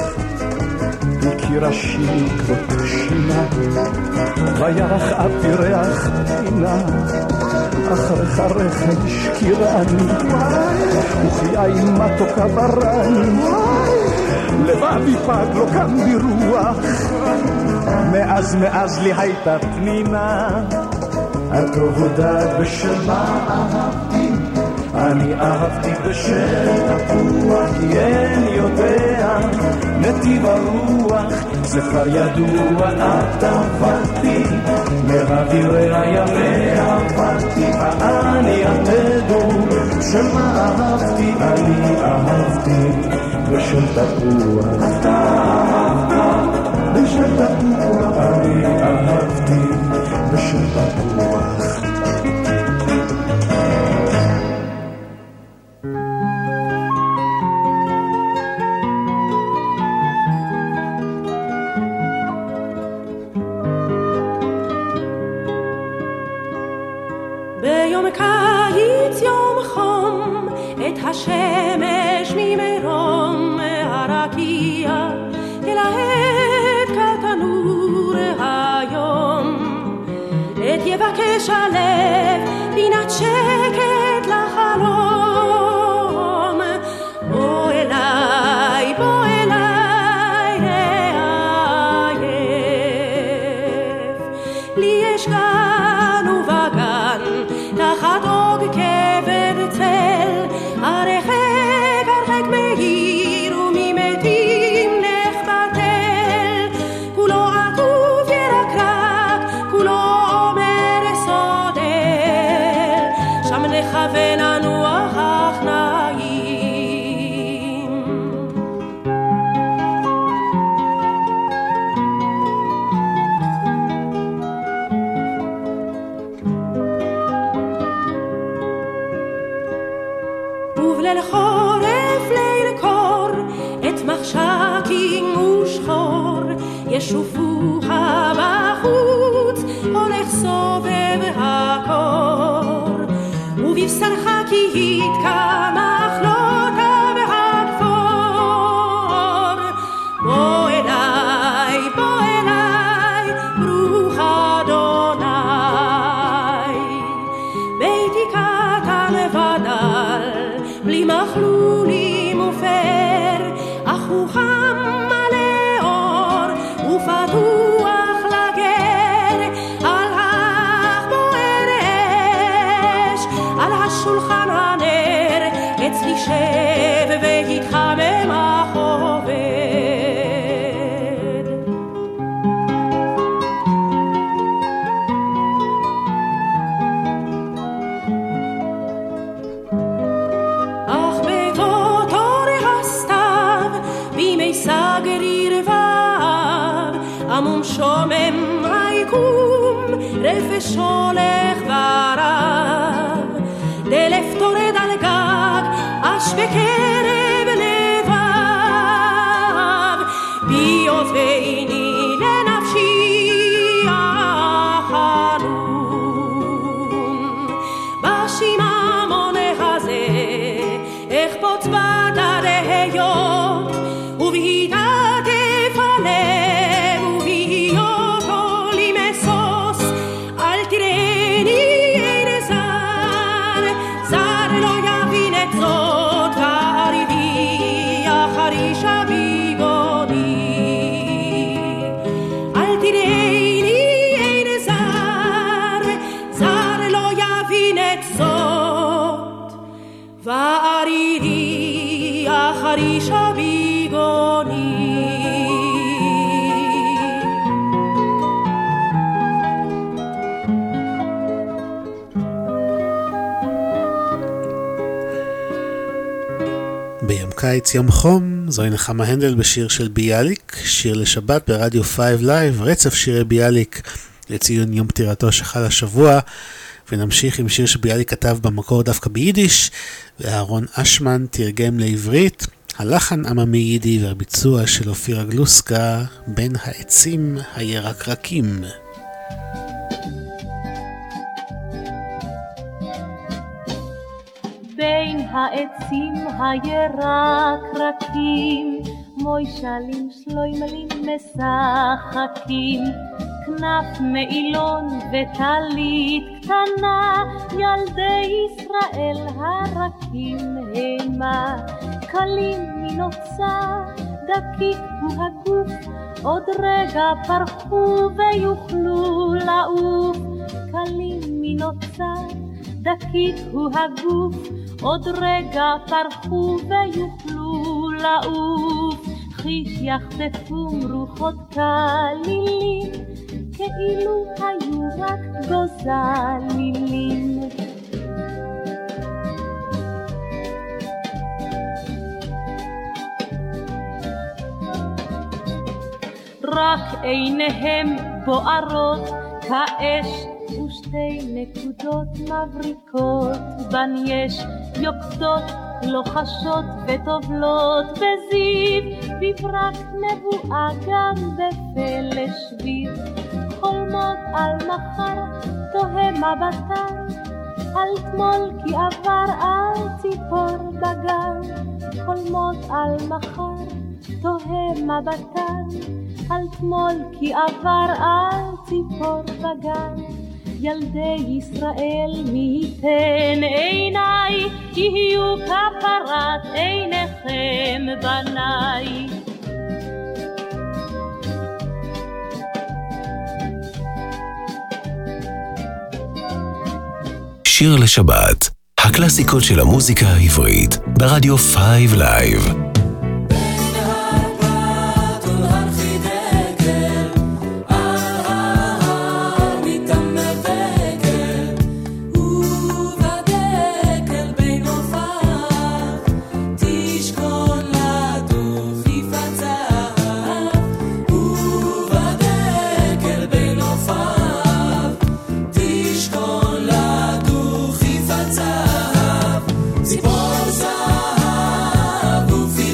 הכירה שיני כבוד שינה, וירח אבי ריח פינה, אחריך רחם שקירני, וחיי מתוקה ברני, לבבי פג לא קם ברוח, מאז מאז לי הייתה פנינה. הטוב יודעת בשל מה אהבתי, אני אהבתי בשל תפוח, כי אין יודע נתיב הרוח, זה כבר ידוע. את עבדתי להעבירי ימי עבדתי, ואני יתדעו של מה אהבתי. אני אהבתי בשל תפוח, אתה אהבת בשל תפוח, אני אהבתי בשל תפוח. השמש ממרום הרקיע תלהט כתנור היום, את יבקש הלב פינת שקט לחלום. בוא אליי, בוא אליי העייף, לי יש גן ובגן תחת עוג כבד צל, הרחק הרחק מהיר וממתים נחבטל, כולו עטוב ירקרק, כולו אומר סודר, הוא חם מלא אור ופתוח לגר, על האח בוער אש, על השולחן הנר, אצלי שב והתחמם החובד. אך בתור הסתיו בימי סגריר ואב, עמום שומם היקום רפש הולך ורב, דלף תורד על גג אש בקרב לבב, בי עוזני לנפשי החנון, בשיממון הזה אכפוץ בדריות, ובהתעטף הלב ובהיות עולים אסוס, אל תראיני אין זר, זר לא יבין את זאת, וערבי החריש הביגוני. אל תראיני אין זר, זר לא יבין את זאת, וערבי החריש הביגוני. ביום קיץ יום חום, זוהי נחמה הנדל בשיר של ביאליק, שיר לשבת ברדיו פייב לייב, רצף שירי ביאליק לציון יום פטירתו שחל השבוע, ונמשיך עם שיר שביאליק כתב במקור דווקא ביידיש, ואהרון אשמן תרגם לעברית, הלחן עממי יידי והביצוע של אופירה גלוסקה, בין העצים הירקרקים. בין העצים הירקרקים, מוישלים שלוימלים משחקים, כנף מעילון וטלית קטנה, ילדי ישראל הרכים המה, קלים מנוצה, דקיק הוא הגוף, עוד רגע פרחו ויוכלו לעוף, קלים מנוצה, דקיק הוא הגוף, עוד רגע פרחו ויוכלו לעוף, חיש יחטפום רוחות כלילים, כאילו היו רק גוזלים. רק עיניהם בוערות כאש, ושתי נקודות מבריקות בן יש, יוקדות לוחשות וטובלות בזיו, בברק נבואה גם בפלא שביב, חולמות על מחר תוהה מבטן, על תמול כי עבר על ציפור בגן, חולמות על מחר תוהה מבטן, על תמול כי עבר על ציפור בגן, ילדי ישראל מי ייתן עיניי, יהיו כפרת עיניכם בניי. שיר לשבת, הקלאסיקות של המוזיקה העברית, ברדיו פייב לייב. ציפור זהב ופי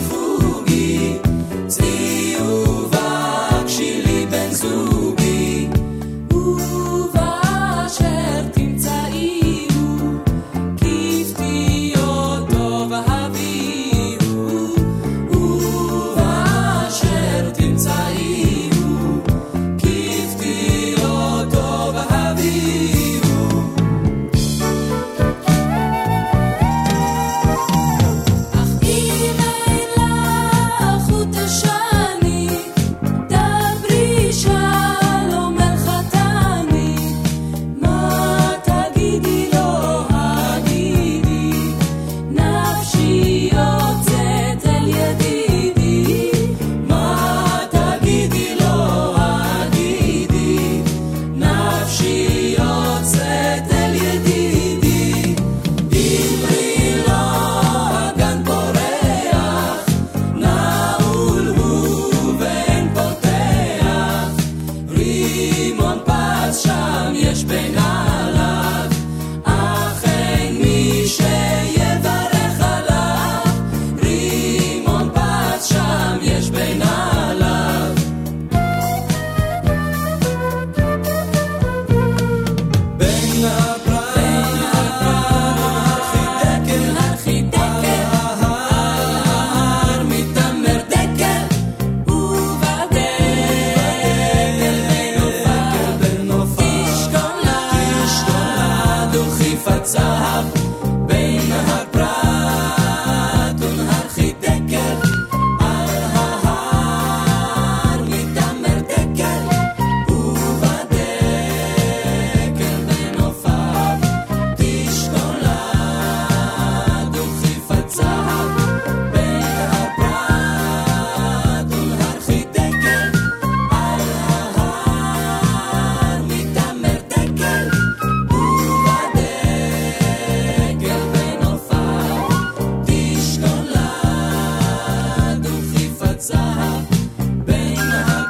זהב בין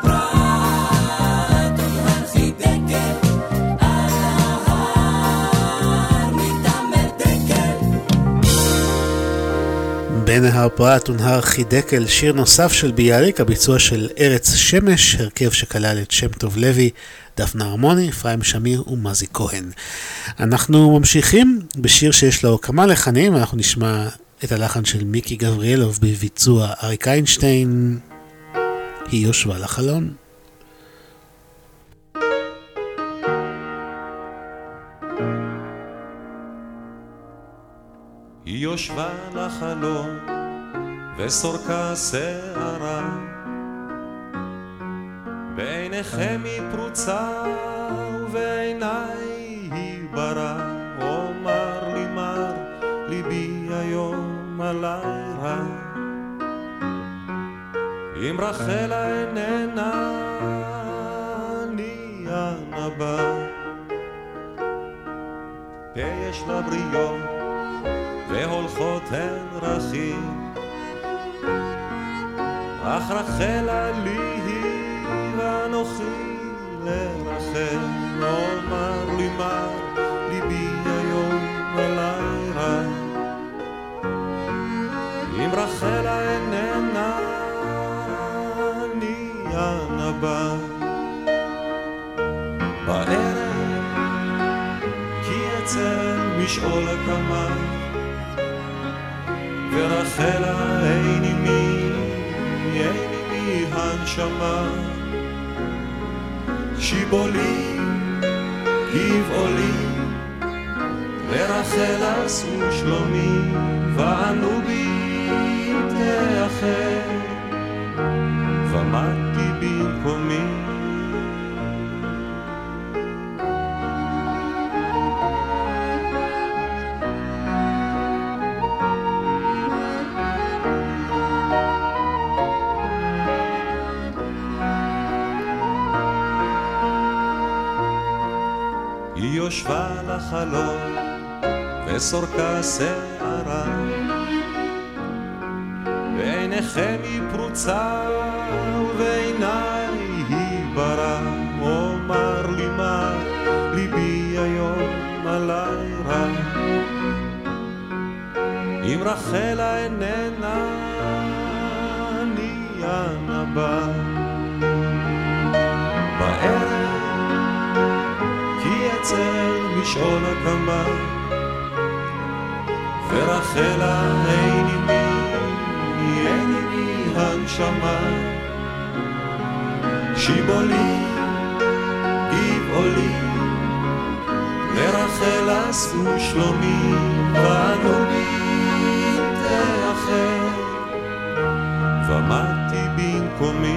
הפרת והחידקל על ההר מתעמר דקל. בין ההר פרת ונהר חידקל, שיר נוסף של ביאליק, הביצוע של ארץ שמש, הרכב שכלל את שם טוב לוי, דפנה הרמוני, אפרים שמיר ומזי כהן. אנחנו ממשיכים בשיר שיש לו כמה לחנים, אנחנו נשמע את הלחן של מיקי גבריאלוב בביצוע אריק איינשטיין, היא יושבה לחלון. היא יושבה לחלון וסורקה שערה, בעיניכם היא פרוצה ובעיניי היא ברא. אומר לי מר ליבי היום עלי רע, אם רחלה איננה אני הנבא. יש לה בריות והולכות הן רכים, אך רחלה לי היא ואנוכי לרחל. אומר לי מר ליבי היום עלי רע, אם רחלה איננה אני הנבא. בערב כי אצל משעול הקמה, ורחלה אין עימי, אין עימי הנשמה. שיבולי, גבעולי, ורחלה עשו שלומי, וענו בי תאחר, ומתי במקומי. יושבה לחלון וסורקה שערה, בעיניכם היא פרוצה ובעיניי היא ברא. אומר לי מה ליבי היום עלי רע, אם רחלה איננה אני הנבא. בערב אצל משעול הקמה, ורחלה אין עימי, אין עימי הנשמה. שיבולי, גבעולי, ורחלה עשו שלומי, ואנו בי תאחר, ומתי במקומי.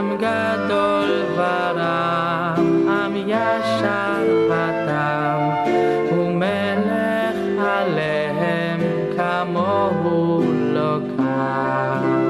עם גדול ורם, עם ישר ותם, ומלך עליהם כמוהו לא קם.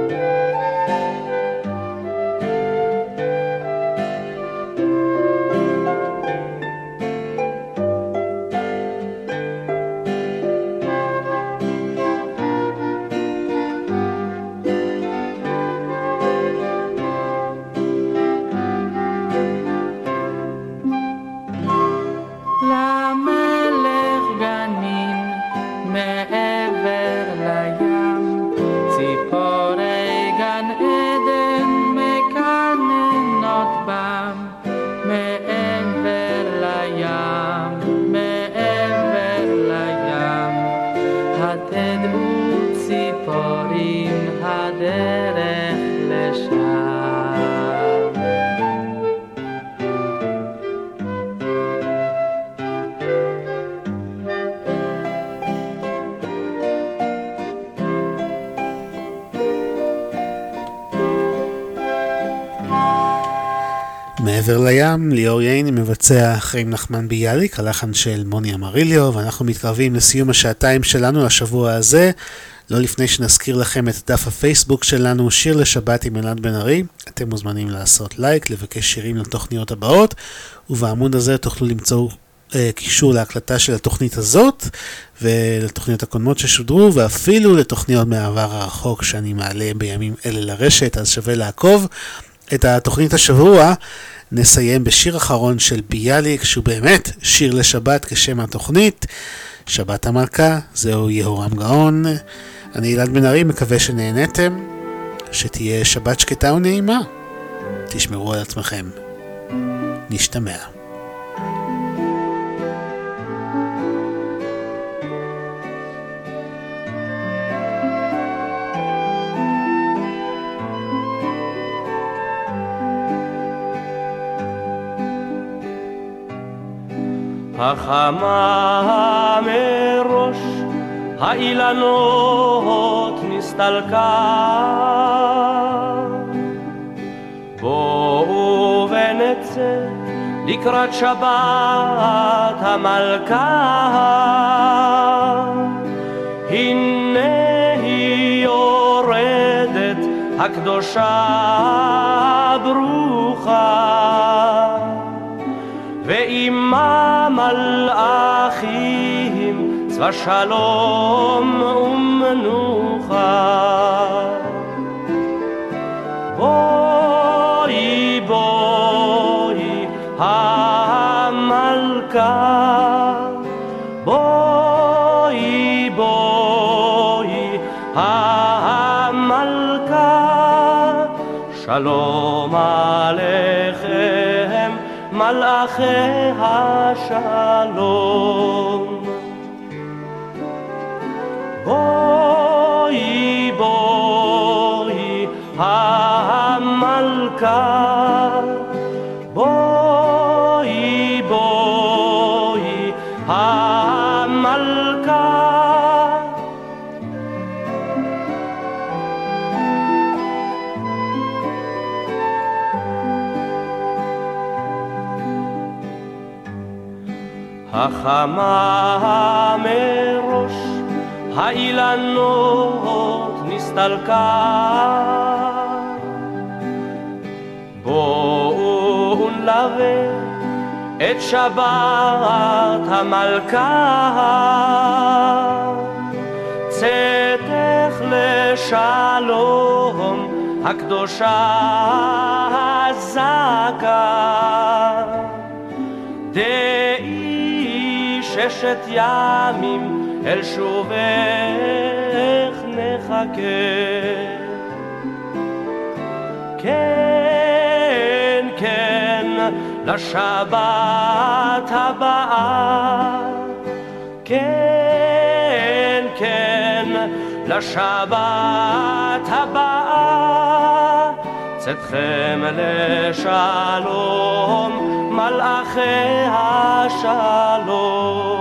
מעבר לים, ליאור ייני מבצע חיים נחמן ביאליק, הלחן של מוני אמריליו, ואנחנו מתקרבים לסיום השעתיים שלנו לשבוע הזה. לא לפני שנזכיר לכם את דף הפייסבוק שלנו, שיר לשבת עם אלעד בן ארי. אתם מוזמנים לעשות לייק, לבקש שירים לתוכניות הבאות, ובעמוד הזה תוכלו למצוא אה, קישור להקלטה של התוכנית הזאת, ולתוכניות הקודמות ששודרו, ואפילו לתוכניות מהעבר הרחוק שאני מעלה בימים אלה לרשת, אז שווה לעקוב. את התוכנית השבוע נסיים בשיר אחרון של ביאליק, שהוא באמת שיר לשבת כשם התוכנית, שבת המלכה. זהו יהורם גאון. אני אלעד בן ארי, מקווה שנהנתם, שתהיה שבת שקטה ונעימה. תשמרו על עצמכם. נשתמע. החמה מראש האילנות נסתלקה, בואו ונצא לקראת שבת המלכה. הנה היא יורדת הקדושה ברוכה, ועימה מלאכים צבא שלום ומנוחה. בואי בואי המלכה, בואי בואי המלכה, שלום עליכם מלאכי השלום. בואי בואי המלכה, בואי בואי המלכה. החמה מראש האילנות נסתלקה, בואו נלווה את שבת המלכה. צאתך לשלום הקדושה הזכה, דעי ששת ימים אל שובך נחכה. כן, כן, לשבת הבאה, כן, כן, לשבת הבאה, צאתכם לשלום מלאכי השלום.